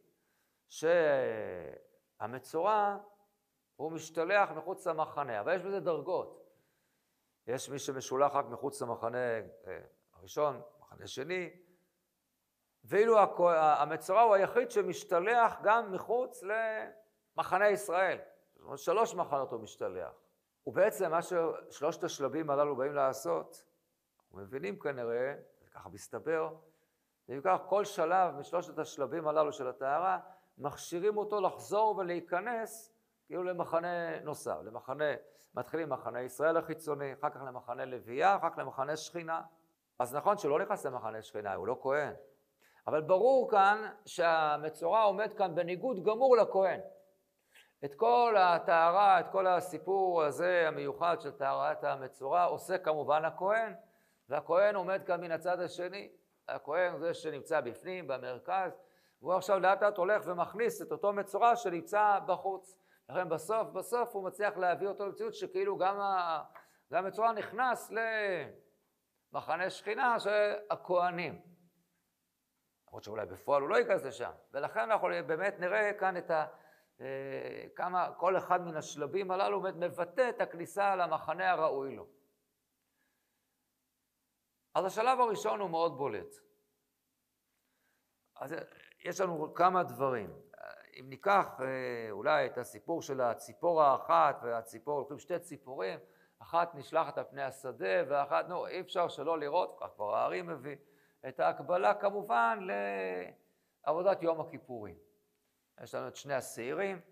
שהמצורע הוא משתלח מחוץ למחנה, אבל יש בזה דרגות. יש מי שמשולח רק מחוץ למחנה הראשון, מחנה שני, ואילו המצורע הוא היחיד שמשתלח גם מחוץ למחנה ישראל. זאת אומרת, 3 מחנות הוא משתלח. ובעצם מה ש3 השלבים הללו באים לעשות, אנחנו מבינים כנראה, ככה מסתבר, וכך כל שלב מ3 השלבים הללו של הטהרה, מכשירים אותו לחזור ולהיכנס כאילו למחנה נוסף, מתחילים מחנה ישראל החיצוני, אחר כך למחנה לוויה, אחר כך למחנה שכינה. אז נכון שלא נכנס למחנה שכינה, הוא לא כהן. אבל ברור כאן שהמצורע עומד כאן בניגוד גמור לכהן. את כל הטהרה, את כל הסיפור הזה המיוחד של טהרת המצורע, עושה כמובן הכהן, והכהן עומד כאן מן הצד השני. הכהן זה שנמצא בפנים, במרכז, והוא עכשיו לאט לאט הולך ומכניס את אותו מצורע שנמצא בחוץ. לכן בסוף הוא מצליח להביא אותו למציאות שכאילו גם המצורע נכנס למחנה שכינה של הכהנים. למרות שאולי בפועל הוא לא ייכנס לשם. ולכן אנחנו באמת נראה כאן כמה כל אחד מן השלבים הללו מבטא את הכניסה למחנה הראוי לו. אז השלב הראשון הוא מאוד בולט. אז יש לנו כמה דברים. אם ניקח אולי את הסיפור של הציפור האחת והציפור, הולכים 2 ציפורים, אחת נשלחת על פני השדה ואחת, אי אפשר שלא לראות, כך כבר הארי מביא, את ההקבלה כמובן לעבודת יום הכיפורים. יש לנו את 2 השעירים,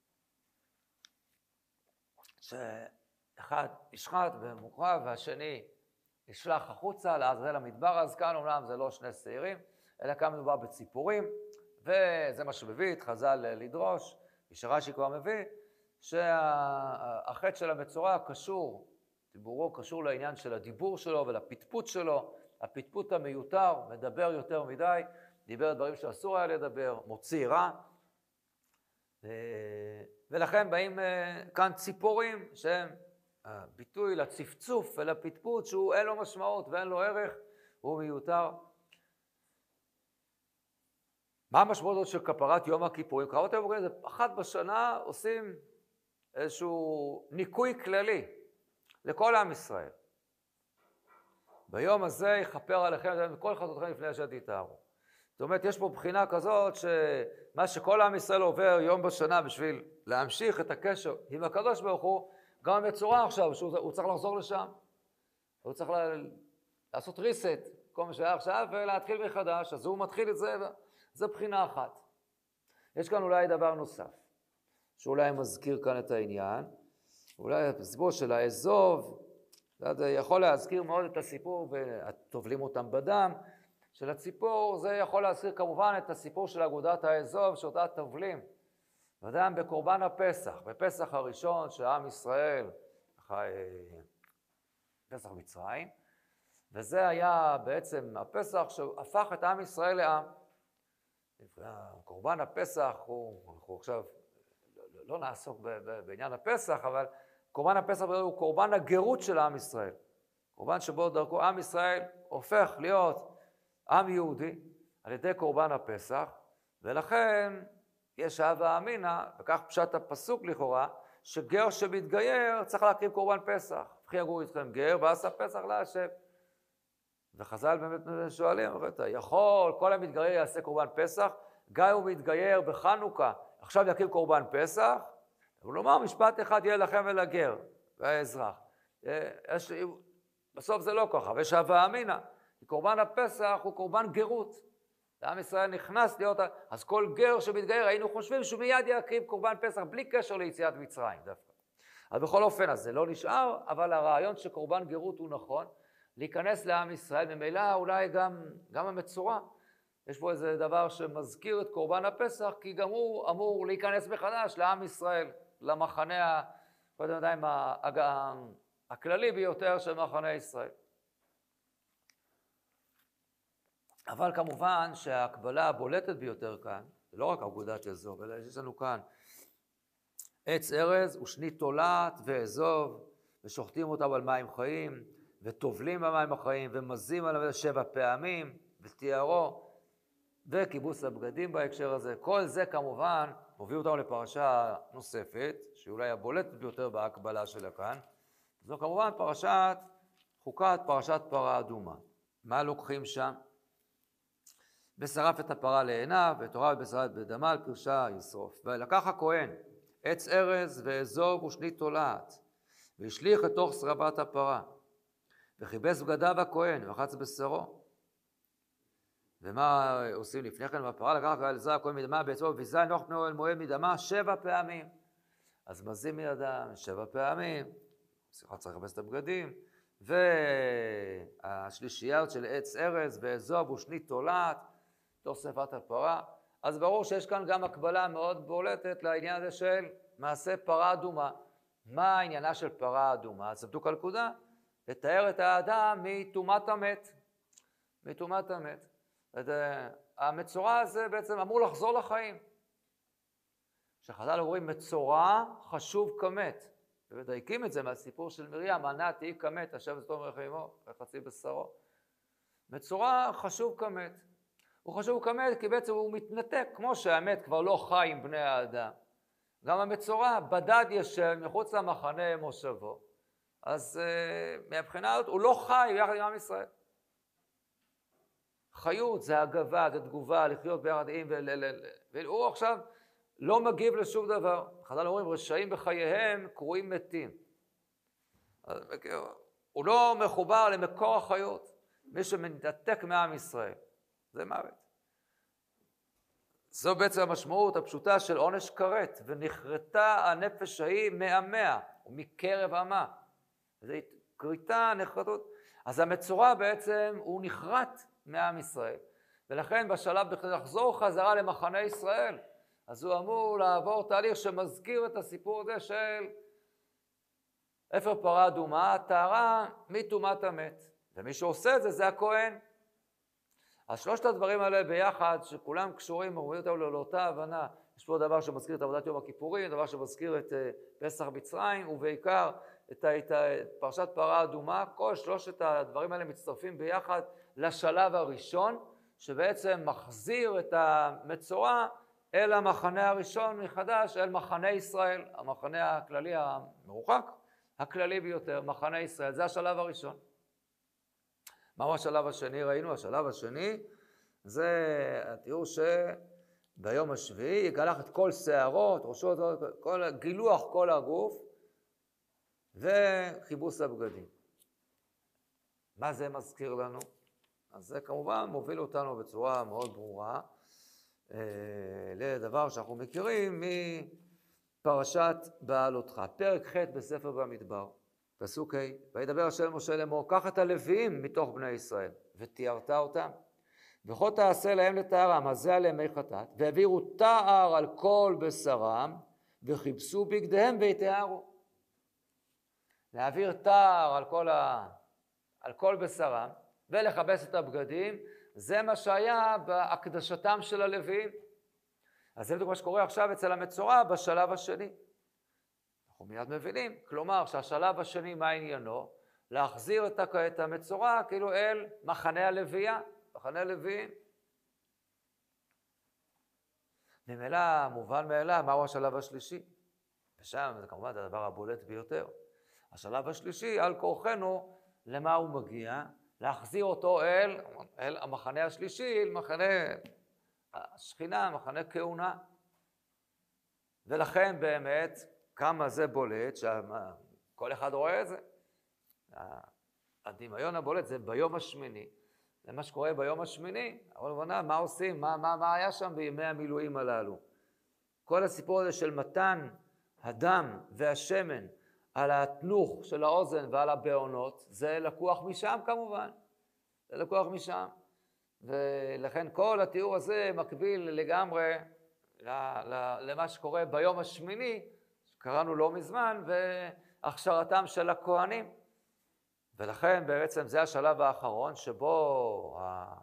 שאחד נשחט ומוקרב והשני נשלח החוצה לעזאזל המדבר, אז כאן אומנם זה לא 2 שעירים, אלא כאן מדובר בציפורים, וזה מה שמביא את חז"ל לדרוש, שרש"י כבר מביא, שהחטא של המצורע קשור, דיבורו קשור לעניין של הדיבור שלו ולפטפוט שלו, הפטפוט המיותר, מדבר יותר מדי, דיבר דברים שאסור היה לדבר, מוציא רע, ולכן באים כאן ציפורים שהם ביטוי לצפצוף ולפטפוט שהוא אין לו משמעות ואין לו ערך, הוא מיותר. מה המשמעות של כפרת יום הכיפורים? כפרת יום הכיפורים זה אחת בשנה עושים איזשהו ניקוי כללי לכל עם ישראל. ביום הזה יכפר עליכם וכל חטאותיכם לפני אשר תטהרו. זאת אומרת, יש פה בחינה כזאת שמה שכל עם ישראל עובר יום בשנה בשביל להמשיך את הקשר עם הקדוש ברוך הוא, גם המצורע עכשיו, שהוא צריך לחזור לשם. הוא צריך לעשות ריסט, כל מה שהיה עכשיו, ולהתחיל מחדש. אז הוא מתחיל את זה, זו בחינה אחת. יש כאן אולי דבר נוסף, שאולי מזכיר כאן את העניין. אולי הסיפור של האזוב, זה יכול להזכיר מאוד את הסיפור, וטובלים אותם בדם, של הציפור, זה יכול להזכיר כמובן את הסיפור של אגודת האזוב, שאותה טובלים וגם בקורבן הפסח, בפסח הראשון שעם ישראל פסח מצרים, וזה היה בעצם הפסח שהפך את עם ישראל לעם. קורבן הפסח אנחנו עכשיו לא נעסוק בעניין הפסח, אבל קורבן הפסח הוא קורבן הגרות של עם ישראל. קורבן שבו דרכו עם ישראל הופך להיות עם יהודי על ידי קורבן הפסח, ולכן יש הווה אמינא, וכך פשט הפסוק לכאורה, שגר שמתגייר צריך להקריב קורבן פסח. וכי יגור איתכם גר ועשה פסח להשם. וחז"ל באמת שואלים, יכול כל המתגייר יעשה קורבן פסח, גם הוא מתגייר בחנוכה, עכשיו יקריב קורבן פסח, אבל לומר משפט אחד יהיה לכם ולגר, והאזרח. בסוף זה לא ככה, ויש הווה אמינא, כי קורבן הפסח הוא קורבן גרות. לעם ישראל נכנס להיות, אז כל גר שמתגייר היינו חושבים שהוא מיד יקריב קורבן פסח בלי קשר ליציאת מצרים דווקא. אז בכל אופן, אז זה לא נשאר, אבל הרעיון שקורבן גרות הוא נכון, להיכנס לעם ישראל, ממילא אולי גם המצורע. יש פה איזה דבר שמזכיר את קורבן הפסח, כי גם הוא אמור להיכנס מחדש לעם ישראל, למחנה, הכללי ביותר של מחנה ישראל. אבל כמובן שההקבלה הבולטת ביותר כאן, זה לא רק אגודת אזוב, אלא יש לנו כאן עץ ארז ושני תולעת ואזוב, ושוחטים אותם על מים חיים, וטובלים במים החיים, ומזים עליו 7 פעמים, ותיארו, וכיבוס הבגדים בהקשר הזה. כל זה כמובן מוביל אותנו לפרשה נוספת, שאולי הבולטת ביותר בהקבלה שלה כאן. זו כמובן פרשת חוקת, פרשת פרה אדומה. מה לוקחים שם? ושרף את הפרה לעיניו, ותורה ובשרה בדמה על קרשה ישרוף. ולקח הכהן עץ ארז ואזוב ושני תולעת, והשליך את תוך שרפת הפרה, וכיבס בגדיו הכהן, וחץ בשרו. ומה עושים לפני כן בפרה? לקח אלעזר הכהן מדמה בעצמו, וביזה נוח פני אוהל מועד מדמה 7 פעמים. אז מזים מידם 7 פעמים, צריך לכבס את הבגדים, והשלישיות של עץ ארז ואזוב ושני תולעת, תוך שרפת הפרה. אז ברור שיש כאן גם הקבלה מאוד בולטת לעניין הזה של מעשה פרה אדומה. מה העניינה של פרה אדומה? אז צמתו כלכודה, לתאר את האדם מטומאת המת. מטומאת המת. המצורע הזה בעצם אמור לחזור לחיים. כשחז"ל אומרים מצורע חשוב כמת. ומדייקים את זה מהסיפור של מרים, ענה תהי כמת, השבת אותו מלך עמו, וחצי בשרו. מצורע חשוב כמת. הוא חשוב כמת כי בעצם הוא מתנתק, כמו שהמת כבר לא חי עם בני האדם. גם המצורע בדד ישן מחוץ למחנה מושבו. אז מהבחינה הזאת הוא לא חי ביחד עם עם ישראל. חיות זה הגבה, זה תגובה, לחיות ביחד עם, והוא עכשיו לא מגיב לשום דבר. חז"ל אומרים, רשעים בחייהם קרויים מתים. הוא לא מחובר למקור החיות, מי שמנתק מעם ישראל. זה מוות. זו בעצם המשמעות הפשוטה של עונש כרת, ונחרטה הנפש ההיא מעמיה, ומקרב עמה. זו כריתה, נחרטות. אז המצורע בעצם הוא נחרט מעם ישראל, ולכן בשלב בכדי לחזור חזרה למחנה ישראל, אז הוא אמור לעבור תהליך שמזכיר את הסיפור הזה של אפר פרה אדומה, טהרה מטומאת המת. ומי שעושה את זה זה הכהן. אז שלושת הדברים האלה ביחד, שכולם קשורים, מובילים אותנו לאותה הבנה. יש פה דבר שמזכיר את עבודת יום הכיפורים, דבר שמזכיר את פסח מצרים, ובעיקר את פרשת פרה אדומה. כל שלושת הדברים האלה מצטרפים ביחד לשלב הראשון, שבעצם מחזיר את המצורע אל המחנה הראשון מחדש, אל מחנה ישראל, המחנה הכללי המרוחק, הכללי ביותר, מחנה ישראל. זה השלב הראשון. מהו השלב השני? ראינו, השלב השני זה התיאור שביום השביעי יגלח את כל שערות, ראשו, גילוח כל הגוף וכיבוס הבגדים. מה זה מזכיר לנו? אז זה כמובן מוביל אותנו בצורה מאוד ברורה לדבר שאנחנו מכירים מפרשת בעלותך, פרק ח' בספר במדבר. פסוק ה', וידבר השם משה לאמור, קח את הלוויים מתוך בני ישראל, ותיארת אותם, וכל תעשה להם לטהרם, אז זה עליהם מי חטאת, והעבירו טהר על כל בשרם, וכיבסו בגדיהם ויטהרו. להעביר טהר על כל בשרם, ולכבס את הבגדים, זה מה שהיה בהקדשתם של הלוויים. אז זה בדיוק מה שקורה עכשיו אצל המצורע בשלב השני. אנחנו מיד מבינים, כלומר שהשלב השני מה עניינו? להחזיר את המצורע כאילו אל מחנה הלוויה, מחנה הלוויים. ממילא, מובן מאליו, מהו השלב השלישי? ושם זה כמובן הדבר הבולט ביותר. השלב השלישי, על כורחנו, למה הוא מגיע? להחזיר אותו אל המחנה השלישי, אל מחנה השכינה, מחנה כהונה. ולכן באמת, כמה זה בולט, שכל אחד רואה את זה. הדמיון הבולט זה ביום השמיני. זה מה שקורה ביום השמיני. אבל בונה, מה עושים? מה היה שם בימי המילואים הללו? כל הסיפור הזה של מתן הדם והשמן על התנוך של האוזן ועל הבעונות, זה לקוח משם כמובן. זה לקוח משם. ולכן כל התיאור הזה מקביל לגמרי למה שקורה ביום השמיני, שקראנו לא מזמן, והכשרתם של הכהנים. ולכן בעצם זה השלב האחרון שבו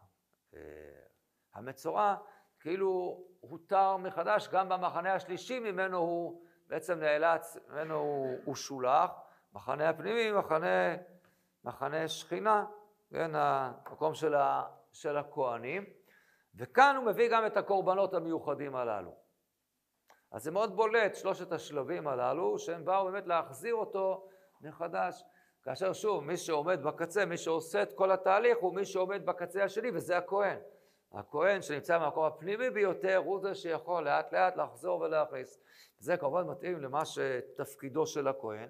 המצורע כאילו הותר מחדש, גם במחנה השלישי ממנו הוא בעצם נאלץ, ממנו הוא שולח, מחנה הפנימי, מחנה שכינה, כן, המקום של הכהנים, וכאן הוא מביא גם את הקורבנות המיוחדים הללו. אז זה מאוד בולט, שלושת השלבים הללו, שהם באו באמת להחזיר אותו מחדש, כאשר שוב, מי שעומד בקצה, מי שעושה את כל התהליך, הוא מי שעומד בקצה השני, וזה הכהן. הכהן שנמצא במקום הפנימי ביותר, הוא זה שיכול לאט לאט לחזור ולהכניס. זה כמובן מתאים למה שתפקידו של הכהן.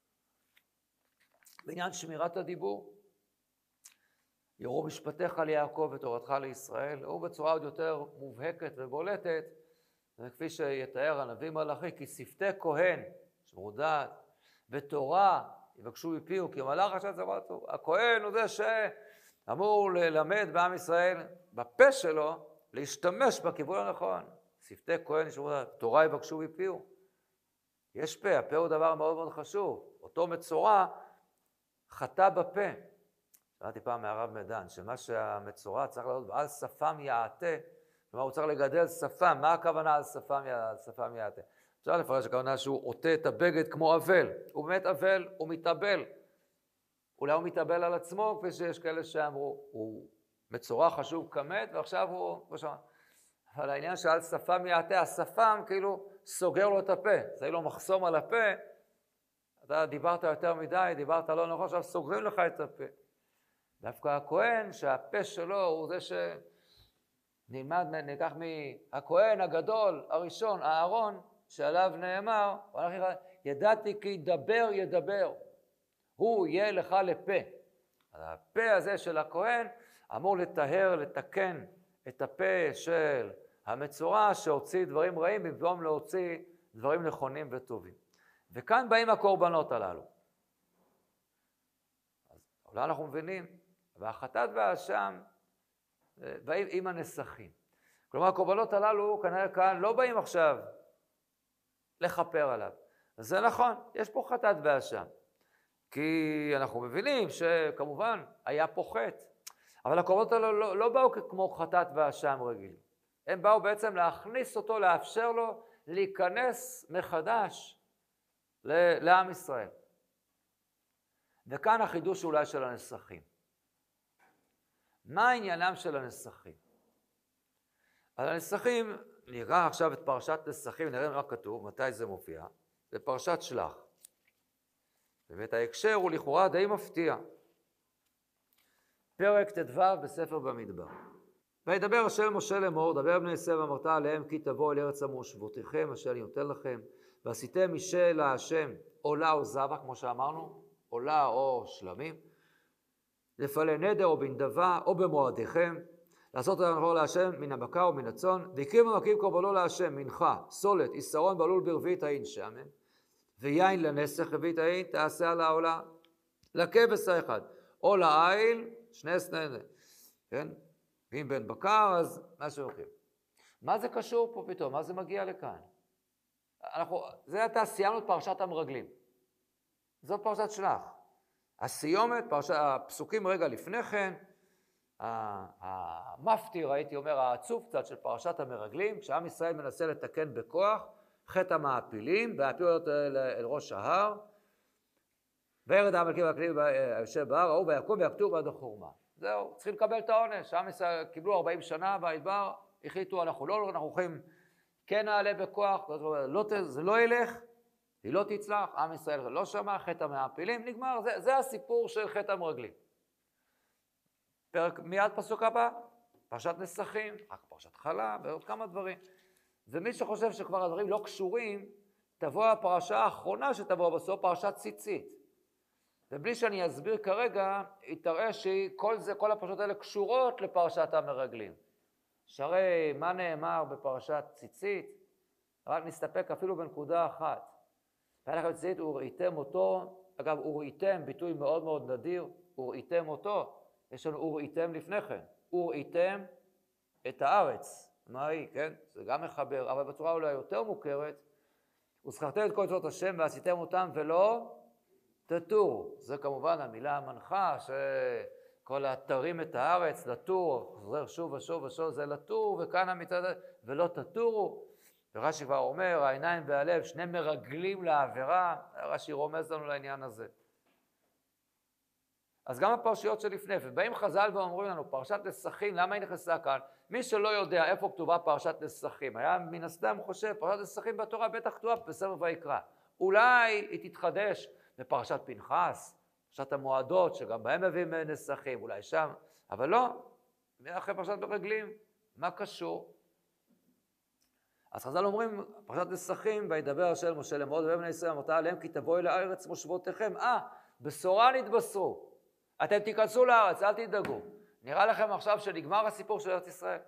בעניין שמירת הדיבור, יראו משפטיך ליעקב ותורתך לישראל, הוא בצורה עוד יותר מובהקת ובולטת, וכפי שיתאר הנביא מלאכי, כי שפתי כהן, שמרו דעת, ותורה יבקשו מפיהו, כי מלאך השם צבאתו. הכהן הוא זה שאמור ללמד בעם ישראל, בפה שלו, להשתמש בכיוון הנכון. שפתי כהן שמרו דעת, תורה יבקשו מפיהו. יש פה, הפה הוא דבר מאוד מאוד חשוב. אותו מצורע חטא בפה. שמעתי פעם מהרב מדן, שמה שהמצורע צריך לעלות ועל שפם יעתה, כלומר הוא צריך לגדל שפם. מה הכוונה על שפם יעתה? אפשר לפרש הכוונה שהוא עוטה את הבגד כמו אבל. הוא באמת אבל, הוא מתאבל. אולי הוא מתאבל על עצמו, כפי שיש כאלה שאמרו, הוא מצורע חשוב כמת, ועכשיו הוא... אבל העניין שעל שפם יעתה, השפם כאילו סוגר לו את הפה. זה לו מחסום על הפה, אתה דיברת יותר מדי, דיברת לא נכון, עכשיו סוגרים לך את הפה. דווקא הכהן, שהפה שלו הוא זה שנלמד, ניקח מהכהן הגדול הראשון, אהרון, שעליו נאמר, ידעתי כי דבר ידבר, הוא יהיה לך לפה. הפה הזה של הכהן אמור לטהר, לתקן את הפה של המצורע שהוציא דברים רעים, במקום להוציא דברים נכונים וטובים. וכאן באים הקורבנות הללו. אז אולי אנחנו מבינים, והחטאת והאשם באים עם הנסכים. כלומר, הקורבנות הללו כנראה כאן לא באים עכשיו לחפר עליו. אז זה נכון, יש פה חטאת ואשם. כי אנחנו מבינים שכמובן היה פה חטא. אבל הקורבנות הללו לא באו כמו חטאת ואשם רגילים. הם באו בעצם להכניס אותו, לאפשר לו להיכנס מחדש לעם ישראל. וכאן החידוש אולי של הנסכים. מה העניינם של הנסכים? אז הנסכים, נראה עכשיו את פרשת נסכים, נראה מה כתוב, מתי זה מופיע. זה פרשת שלח. באמת ההקשר הוא לכאורה די מפתיע. פרק ט"ו בספר במדבר. וידבר השם משה לאמור, דבר בני ישראל ואמרת עליהם, כי תבואו אל ארץ מושבותיכם, אשר אני נותן לכם, ועשיתם משל להשם עולה או זבח, כמו שאמרנו, עולה או שלמים, לפעלי נדר או בנדבה או במועדיכם, לעשות אותם לבוא להשם מן הבקר ומן הצאן, והקריב ומקריב קורבנו להשם מנחה, סולת, יסרון בלול ברביעית האין שמן, ויין לנסך רביעית האין תעשה על העולה, לכבש האחד, או לעיל, שני סננה, כן? ואם בן בקר, אז מה שהולכים. מה זה קשור פה פתאום? מה זה מגיע לכאן? זה עתה סיימנו את פרשת המרגלים. זו פרשת שלח. הסיומת, הפסוקים רגע לפני כן, המפטיר, הייתי אומר, העצוב קצת של פרשת המרגלים, כשעם ישראל מנסה לתקן בכוח, חטא המעפילים, והעפילו אל ראש ההר, וירד העמלקים והכלים היושב בהר, ראו ויקום ויקטו בעד החורמה. זהו, צריכים לקבל את העונש. עם ישראל קיבלו 40 שנה במדבר, החליטו, אנחנו הולכים כן נעלה בכוח, זה לא ילך, היא לא תצלח, עם ישראל לא שמע, חטא המעפילים, נגמר, זה הסיפור של חטא המרגלים. פרק מיד פסוק הבא, פרשת נסחים, רק פרשת חלה ועוד כמה דברים. ומי שחושב שכבר הדברים לא קשורים, תבוא הפרשה האחרונה שתבוא בסוף, פרשת ציצית. ובלי שאני אסביר כרגע, יתראה שכל הפרשות האלה קשורות לפרשת המרגלים. שהרי מה נאמר בפרשת ציצית? רק נסתפק אפילו בנקודה אחת. והיה לכם ציצית, וראיתם אותו, אגב, וראיתם, ביטוי מאוד מאוד נדיר, וראיתם אותו, יש לנו וראיתם לפני כן, וראיתם את הארץ. מה היא, כן? זה גם מחבר, אבל בצורה אולי יותר מוכרת, וזכרתם את כל צבאות השם ועשיתם אותם ולא תטורו. זה כמובן המילה המנחה שכל התרים את הארץ, לטור, חוזר שוב ושוב ושוב, זה לטור, וכאן המצד ולא תטורו. ורש"י כבר אומר, העיניים והלב, שני מרגלים לעבירה, רש"י רומז לנו לעניין הזה. אז גם הפרשיות שלפני, ובאים חז"ל ואומרים לנו, פרשת נסחים, למה היא נכנסה כאן? מי שלא יודע איפה כתובה פרשת נסחים, היה מן הסתם חושב, פרשת נסחים בתורה בטח כתובה בספר ויקרא. אולי היא תתחדש בפרשת פנחס, פרשת המועדות, שגם בהם מביאים נסחים, אולי שם, אבל לא, אחרי פרשת מרגלים, מה קשור? אז חז"ל אומרים, פרשת נסחים, וידבר השם משה לאמור ובני ישראל אמרת עליהם, כי תבואו לארץ מושבותיכם. בשורה נתבשרו. אתם תיכנסו לארץ, אל תדאגו. נראה לכם עכשיו שנגמר הסיפור של ארץ ישראל.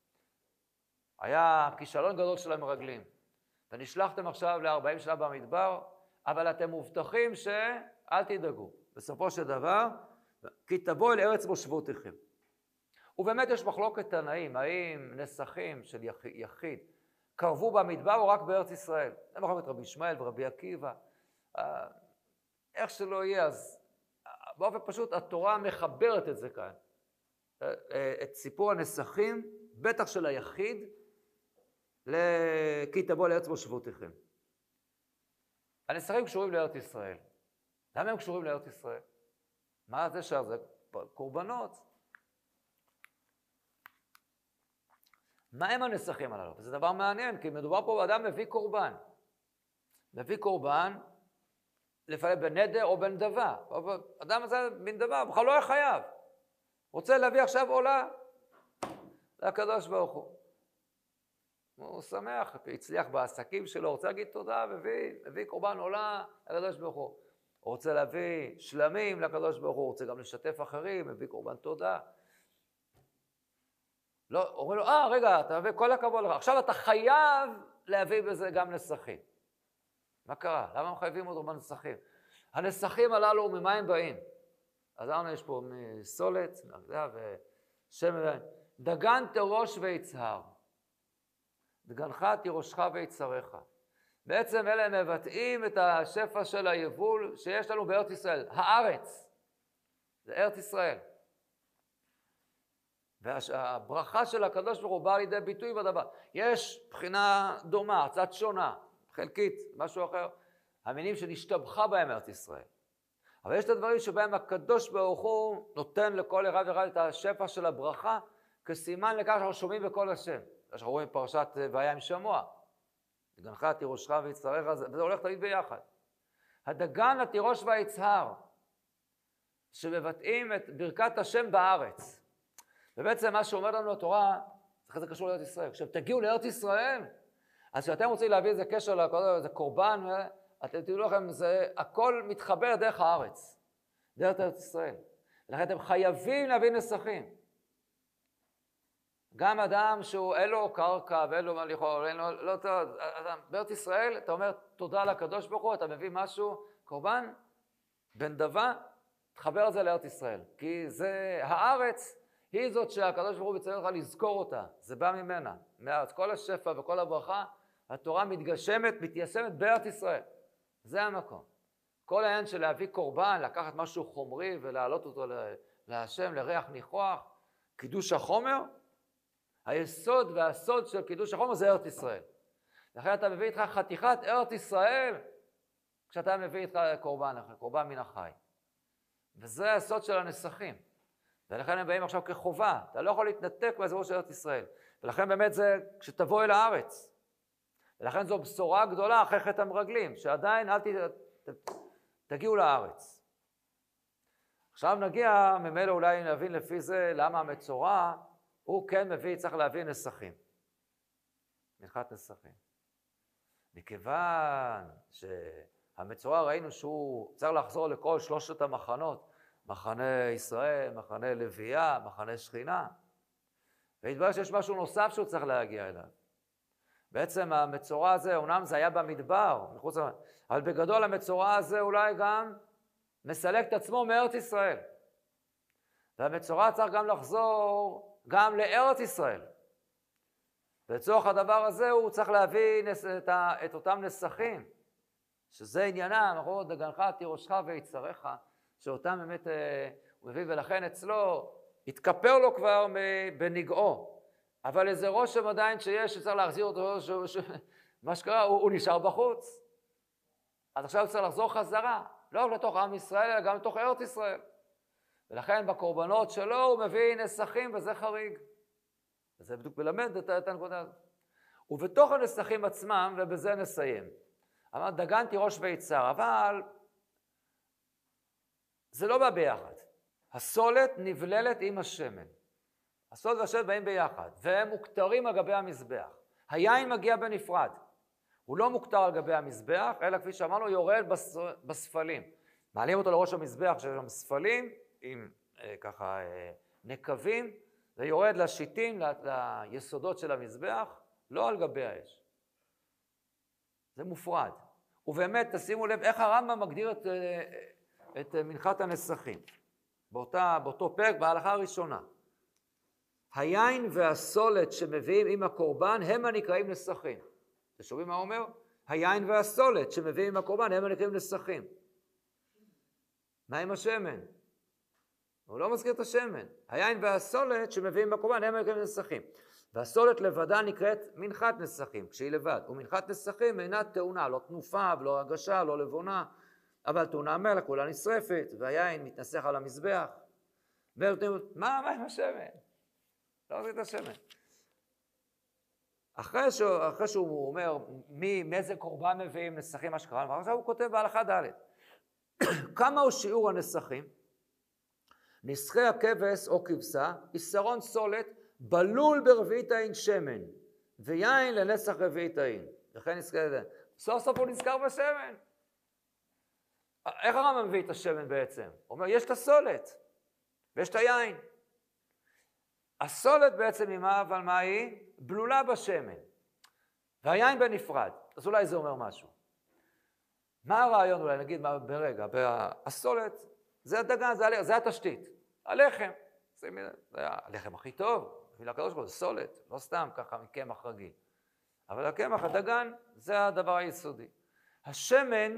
היה כישלון גדול של המרגלים. ונשלחתם עכשיו ל-40 שנה במדבר, אבל אתם מובטחים שאל תדאגו. בסופו של דבר, כי תבואו אל ארץ מושבותיכם. ובאמת יש מחלוקת תנאים, האם נסחים של יחיד קרבו במדבר או רק בארץ ישראל. זה מחלוקת רבי ישמעאל ורבי עקיבא. איך שלא יהיה, אז באופן פשוט התורה מחברת את זה כאן. את סיפור הנסחים, בטח של היחיד, כי תבוא לארץ מושבותיכם. הנסחים קשורים לארץ ישראל. למה הם קשורים לארץ ישראל? מה זה זה קורבנות. מה הם הנסחים הללו? וזה דבר מעניין, כי מדובר פה באדם מביא קורבן. מביא קורבן, לפעמים בנדר או בנדבה. אדם הזה בנדבה, בכלל לא היה חייב. רוצה להביא עכשיו עולה לקדוש ברוך הוא. הוא שמח, הצליח בעסקים שלו, רוצה להגיד תודה, מביא קורבן עולה לקדוש ברוך הוא. הוא רוצה להביא שלמים לקדוש ברוך הוא, רוצה גם לשתף אחרים, מביא קורבן תודה. לא, אומרים לו, רגע, אתה מביא כל הכבוד לך, עכשיו אתה חייב להביא בזה גם נסחים. מה קרה? למה הם חייבים אותו בנסחים? הנסחים הללו ממה הם באים? אז אמרנו, יש פה מסולת, נגדה ושמן, דגן תירוש ויצהר. דגנך תירושך ויצהרך. בעצם אלה מבטאים את השפע של היבול שיש לנו בארץ ישראל. הארץ, זה ארץ ישראל. והברכה של הקדוש ברוך הוא באה לידי ביטוי בדבר. יש בחינה דומה, קצת שונה, חלקית, משהו אחר. המינים שנשתבחה בהם ארץ ישראל. אבל יש את הדברים שבהם הקדוש ברוך הוא נותן לכל אחד ואחד את השפע של הברכה, כסימן לכך שאנחנו שומעים בקול השם. אנחנו רואים פרשת והיה עם שמוע. דגנך תירושך ויצהרך, וזה הולך תמיד ביחד. הדגן התירוש והיצהר, שמבטאים את ברכת השם בארץ. ובעצם מה שאומר לנו התורה, זה קשור לארץ ישראל. כשתגיעו לארץ ישראל, אז כשאתם רוצים להביא איזה קשר לאיזה קורבן, אתם תראו לכם, זה הכל מתחבר דרך הארץ, דרך ארץ ישראל. לכן אתם חייבים להביא נסחים. גם אדם שהוא אין לו קרקע ואין לו מה לכאורה, לא טוב, בארץ ישראל אתה אומר תודה לקדוש ברוך הוא, אתה מביא משהו, קורבן, בן דבה, תחבר את זה לארץ ישראל. כי זה הארץ, היא זאת שהקדוש ברוך הוא מצווה לך לזכור אותה, זה בא ממנה. מאז כל השפע וכל הברכה, התורה מתגשמת, מתיישמת בארץ ישראל. זה המקום. כל העניין של להביא קורבן, לקחת משהו חומרי ולהעלות אותו להשם, לריח ניחוח, קידוש החומר, היסוד והסוד של קידוש החומר זה ארץ ישראל. לכן אתה מביא איתך חתיכת ארץ ישראל, כשאתה מביא איתך קורבן מן החי. וזה הסוד של הנסכים. ולכן הם באים עכשיו כחובה. אתה לא יכול להתנתק מהזבור של ארץ ישראל. ולכן באמת זה כשתבוא אל הארץ. ולכן זו בשורה גדולה אחרי חטא המרגלים, שעדיין תגיעו לארץ. עכשיו נגיע, ממילא אולי נבין לפי זה למה המצורע, הוא כן מביא, צריך להביא נסכים. מנחת נסכים. מכיוון שהמצורע ראינו שהוא צריך לחזור לכל שלושת המחנות, מחנה ישראל, מחנה לוויה, מחנה שכינה, והתברר שיש משהו נוסף שהוא צריך להגיע אליו. בעצם המצורע הזה, אומנם זה היה במדבר, אבל בגדול המצורע הזה אולי גם מסלק את עצמו מארץ ישראל. והמצורע צריך גם לחזור גם לארץ ישראל. ולצורך הדבר הזה הוא צריך להביא את אותם נסכים, שזה עניינם, נכון, דגנך, תירושך ויצריך, שאותם באמת הוא מביא, ולכן אצלו התכפר לו כבר בנגעו. אבל איזה רושם עדיין שיש, שצריך להחזיר אותו, מה שקרה, הוא נשאר בחוץ. אז עכשיו צריך לחזור חזרה, לא רק לתוך עם ישראל, אלא גם לתוך ארץ ישראל. ולכן בקורבנות שלו הוא מביא נסכים, וזה חריג. וזה בדיוק מלמד את הנקודה הזאת. ובתוך הנסכים עצמם, ובזה נסיים. אמר, דגן תירוש ויצר, אבל זה לא בא ביחד. הסולת נבללת עם השמן. הסולת והשמן באים ביחד, והם מוכתרים על גבי המזבח. היין מגיע בנפרד. הוא לא מוכתר על גבי המזבח, אלא כפי שאמרנו, יורד בספלים. מעלים אותו לראש המזבח, שיש שם ספלים, עם ככה נקבים, ויורד לשיטים, ליסודות של המזבח, לא על גבי האש. זה מופרד. ובאמת, תשימו לב, איך הרמב"ם מגדיר את מנחת הנסכים. באותו פרק, בהלכה הראשונה. היין והסולת שמביאים עם הקורבן, הם הנקראים נסכים. אתם שומעים מה הוא אומר? היין והסולת שמביאים עם הקורבן, הם הנקראים נסכים. מה עם השמן? הוא לא מזכיר את השמן. היין והסולת שמביאים בקורבן, הם הנקראים נסכים. והסולת לבדה נקראת מנחת נסכים, כשהיא לבד. ומנחת נסכים אינה טעונה, לא תנופה, לא הגשה, לא לבונה, אבל טעונה מלח, כולה נשרפת, והיין מתנסח על המזבח. מה עם השמן? לא מזכיר את השמן. אחרי שהוא אומר מאיזה קורבן מביאים נסכים מה שקרה, עכשיו הוא כותב בהלכה ד' כמה הוא שיעור הנסכים? נסחי הכבש או כבשה, יסרון סולת, בלול ברביעית העין שמן, ויין לנסח רביעית העין. לכן נזכר את זה. סוף סוף הוא נזכר בשמן. איך הרמב"ם מביא את השמן בעצם? הוא אומר, יש את הסולת, ויש את היין. הסולת בעצם היא מה, אבל מה היא? בלולה בשמן. והיין בנפרד. אז אולי זה אומר משהו. מה הרעיון אולי? נגיד ברגע, הסולת, זה הדגן, זה התשתית. הלחם. זה הלחם הכי טוב. בשביל הקדוש ברוך הוא, זה סולת. לא סתם ככה מקמח רגיל. אבל הקמח, הדגן, זה הדבר היסודי. השמן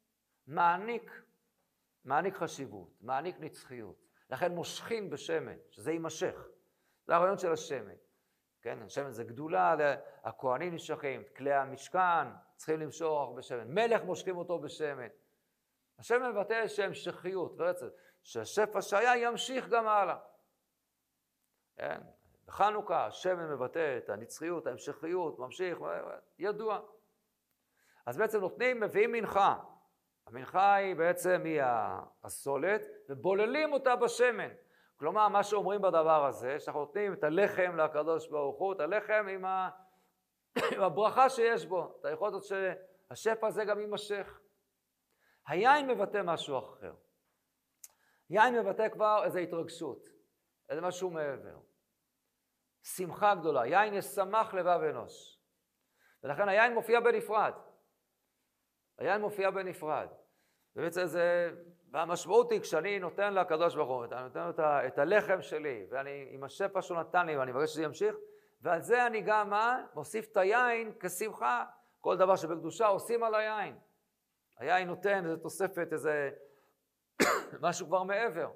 מעניק חשיבות, מעניק נצחיות. לכן מושכים בשמן, שזה יימשך. זה הרעיון של השמן. כן, השמן זה גדולה, הכהנים נמשכים, כלי המשכן צריכים למשוך בשמן. מלך מושכים אותו בשמן. השמן מבטא שהמשכיות ורצף, שהשפע שהיה ימשיך גם הלאה. כן, בחנוכה השמן מבטא את הנצחיות, ההמשכיות, ממשיך, ידוע. אז בעצם מביאים מנחה. המנחה היא בעצם הסולת, ובוללים אותה בשמן. כלומר, מה שאומרים בדבר הזה, שאנחנו נותנים את הלחם לקדוש ברוך הוא, את הלחם עם הברכה שיש בו, את היכולת שהשפע הזה גם יימשך. היין מבטא משהו אחר. יין מבטא כבר איזו התרגשות, איזה משהו מעבר. שמחה גדולה, יין ישמח לבב אנוש. ולכן היין מופיע בנפרד. היין מופיע בנפרד. והמשמעות היא, כשאני נותן לקדוש ברוך הוא, אני נותן לו את הלחם שלי, ואני עם השפע שהוא נתן לי, ואני מבקש שזה ימשיך, ועל זה אני גם, מוסיף את היין כשמחה. כל דבר שבקדושה עושים על היין. היין נותן איזו תוספת, איזה משהו כבר מעבר.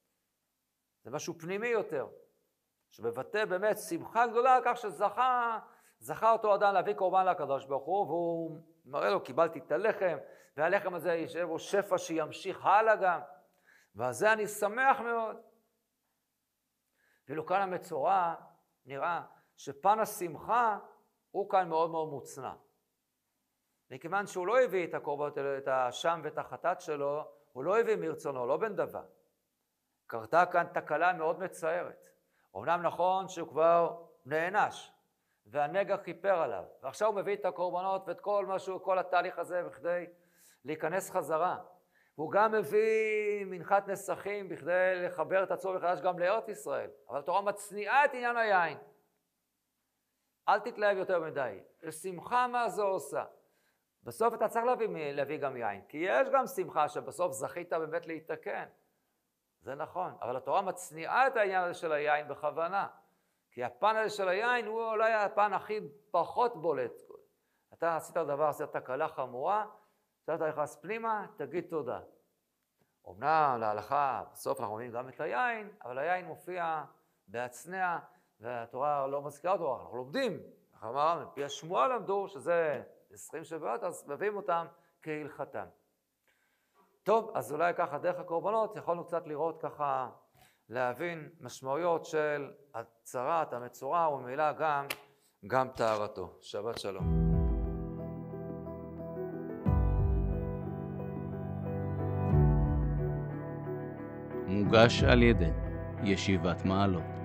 זה משהו פנימי יותר, שבבטא באמת שמחה גדולה, כך שזכה אותו אדם להביא קורבן לקדוש ברוך הוא, והוא מראה לו, קיבלתי את הלחם, והלחם הזה יישאר בו שפע שימשיך הלאה גם, ועל זה אני שמח מאוד. ואילו כאן המצורע נראה שפן השמחה הוא כאן מאוד מאוד מוצנע. מכיוון שהוא לא הביא את הקורבנות, את השם ואת החטאת שלו, הוא לא הביא מרצונו, לא בן דבר. קרתה כאן תקלה מאוד מצערת. אומנם נכון שהוא כבר נענש, והנגע כיפר עליו, ועכשיו הוא מביא את הקורבנות ואת כל התהליך הזה בכדי להיכנס חזרה. הוא גם מביא מנחת נסכים בכדי לחבר את עצמו מחדש גם לארץ ישראל. אבל התורה מצניעה את עניין היין. אל תתלהב יותר מדי. לשמחה מה זו עושה. בסוף אתה צריך להביא גם יין, כי יש גם שמחה שבסוף זכית באמת להתקן. זה נכון, אבל התורה מצניעה את העניין הזה של היין בכוונה. כי הפן הזה של היין הוא אולי הפן הכי פחות בולט. אתה עשית דבר, עשית תקלה חמורה, אתה נכנס פנימה, תגיד תודה. אומנם להלכה, בסוף אנחנו רואים גם את היין, אבל היין מופיע בהצנע, והתורה לא מזכירה אותו, אנחנו לומדים. אנחנו אמרנו, מפי השמועה למדו, שזה 20 שבועות, אז מביאים אותם כהלכתם. טוב, אז אולי ככה דרך הקורבנות, יכולנו קצת לראות ככה, להבין משמעויות של הצרת, המצורע, וממילא גם טהרתו. שבת שלום. מוגש על ידי ישיבת מעלות.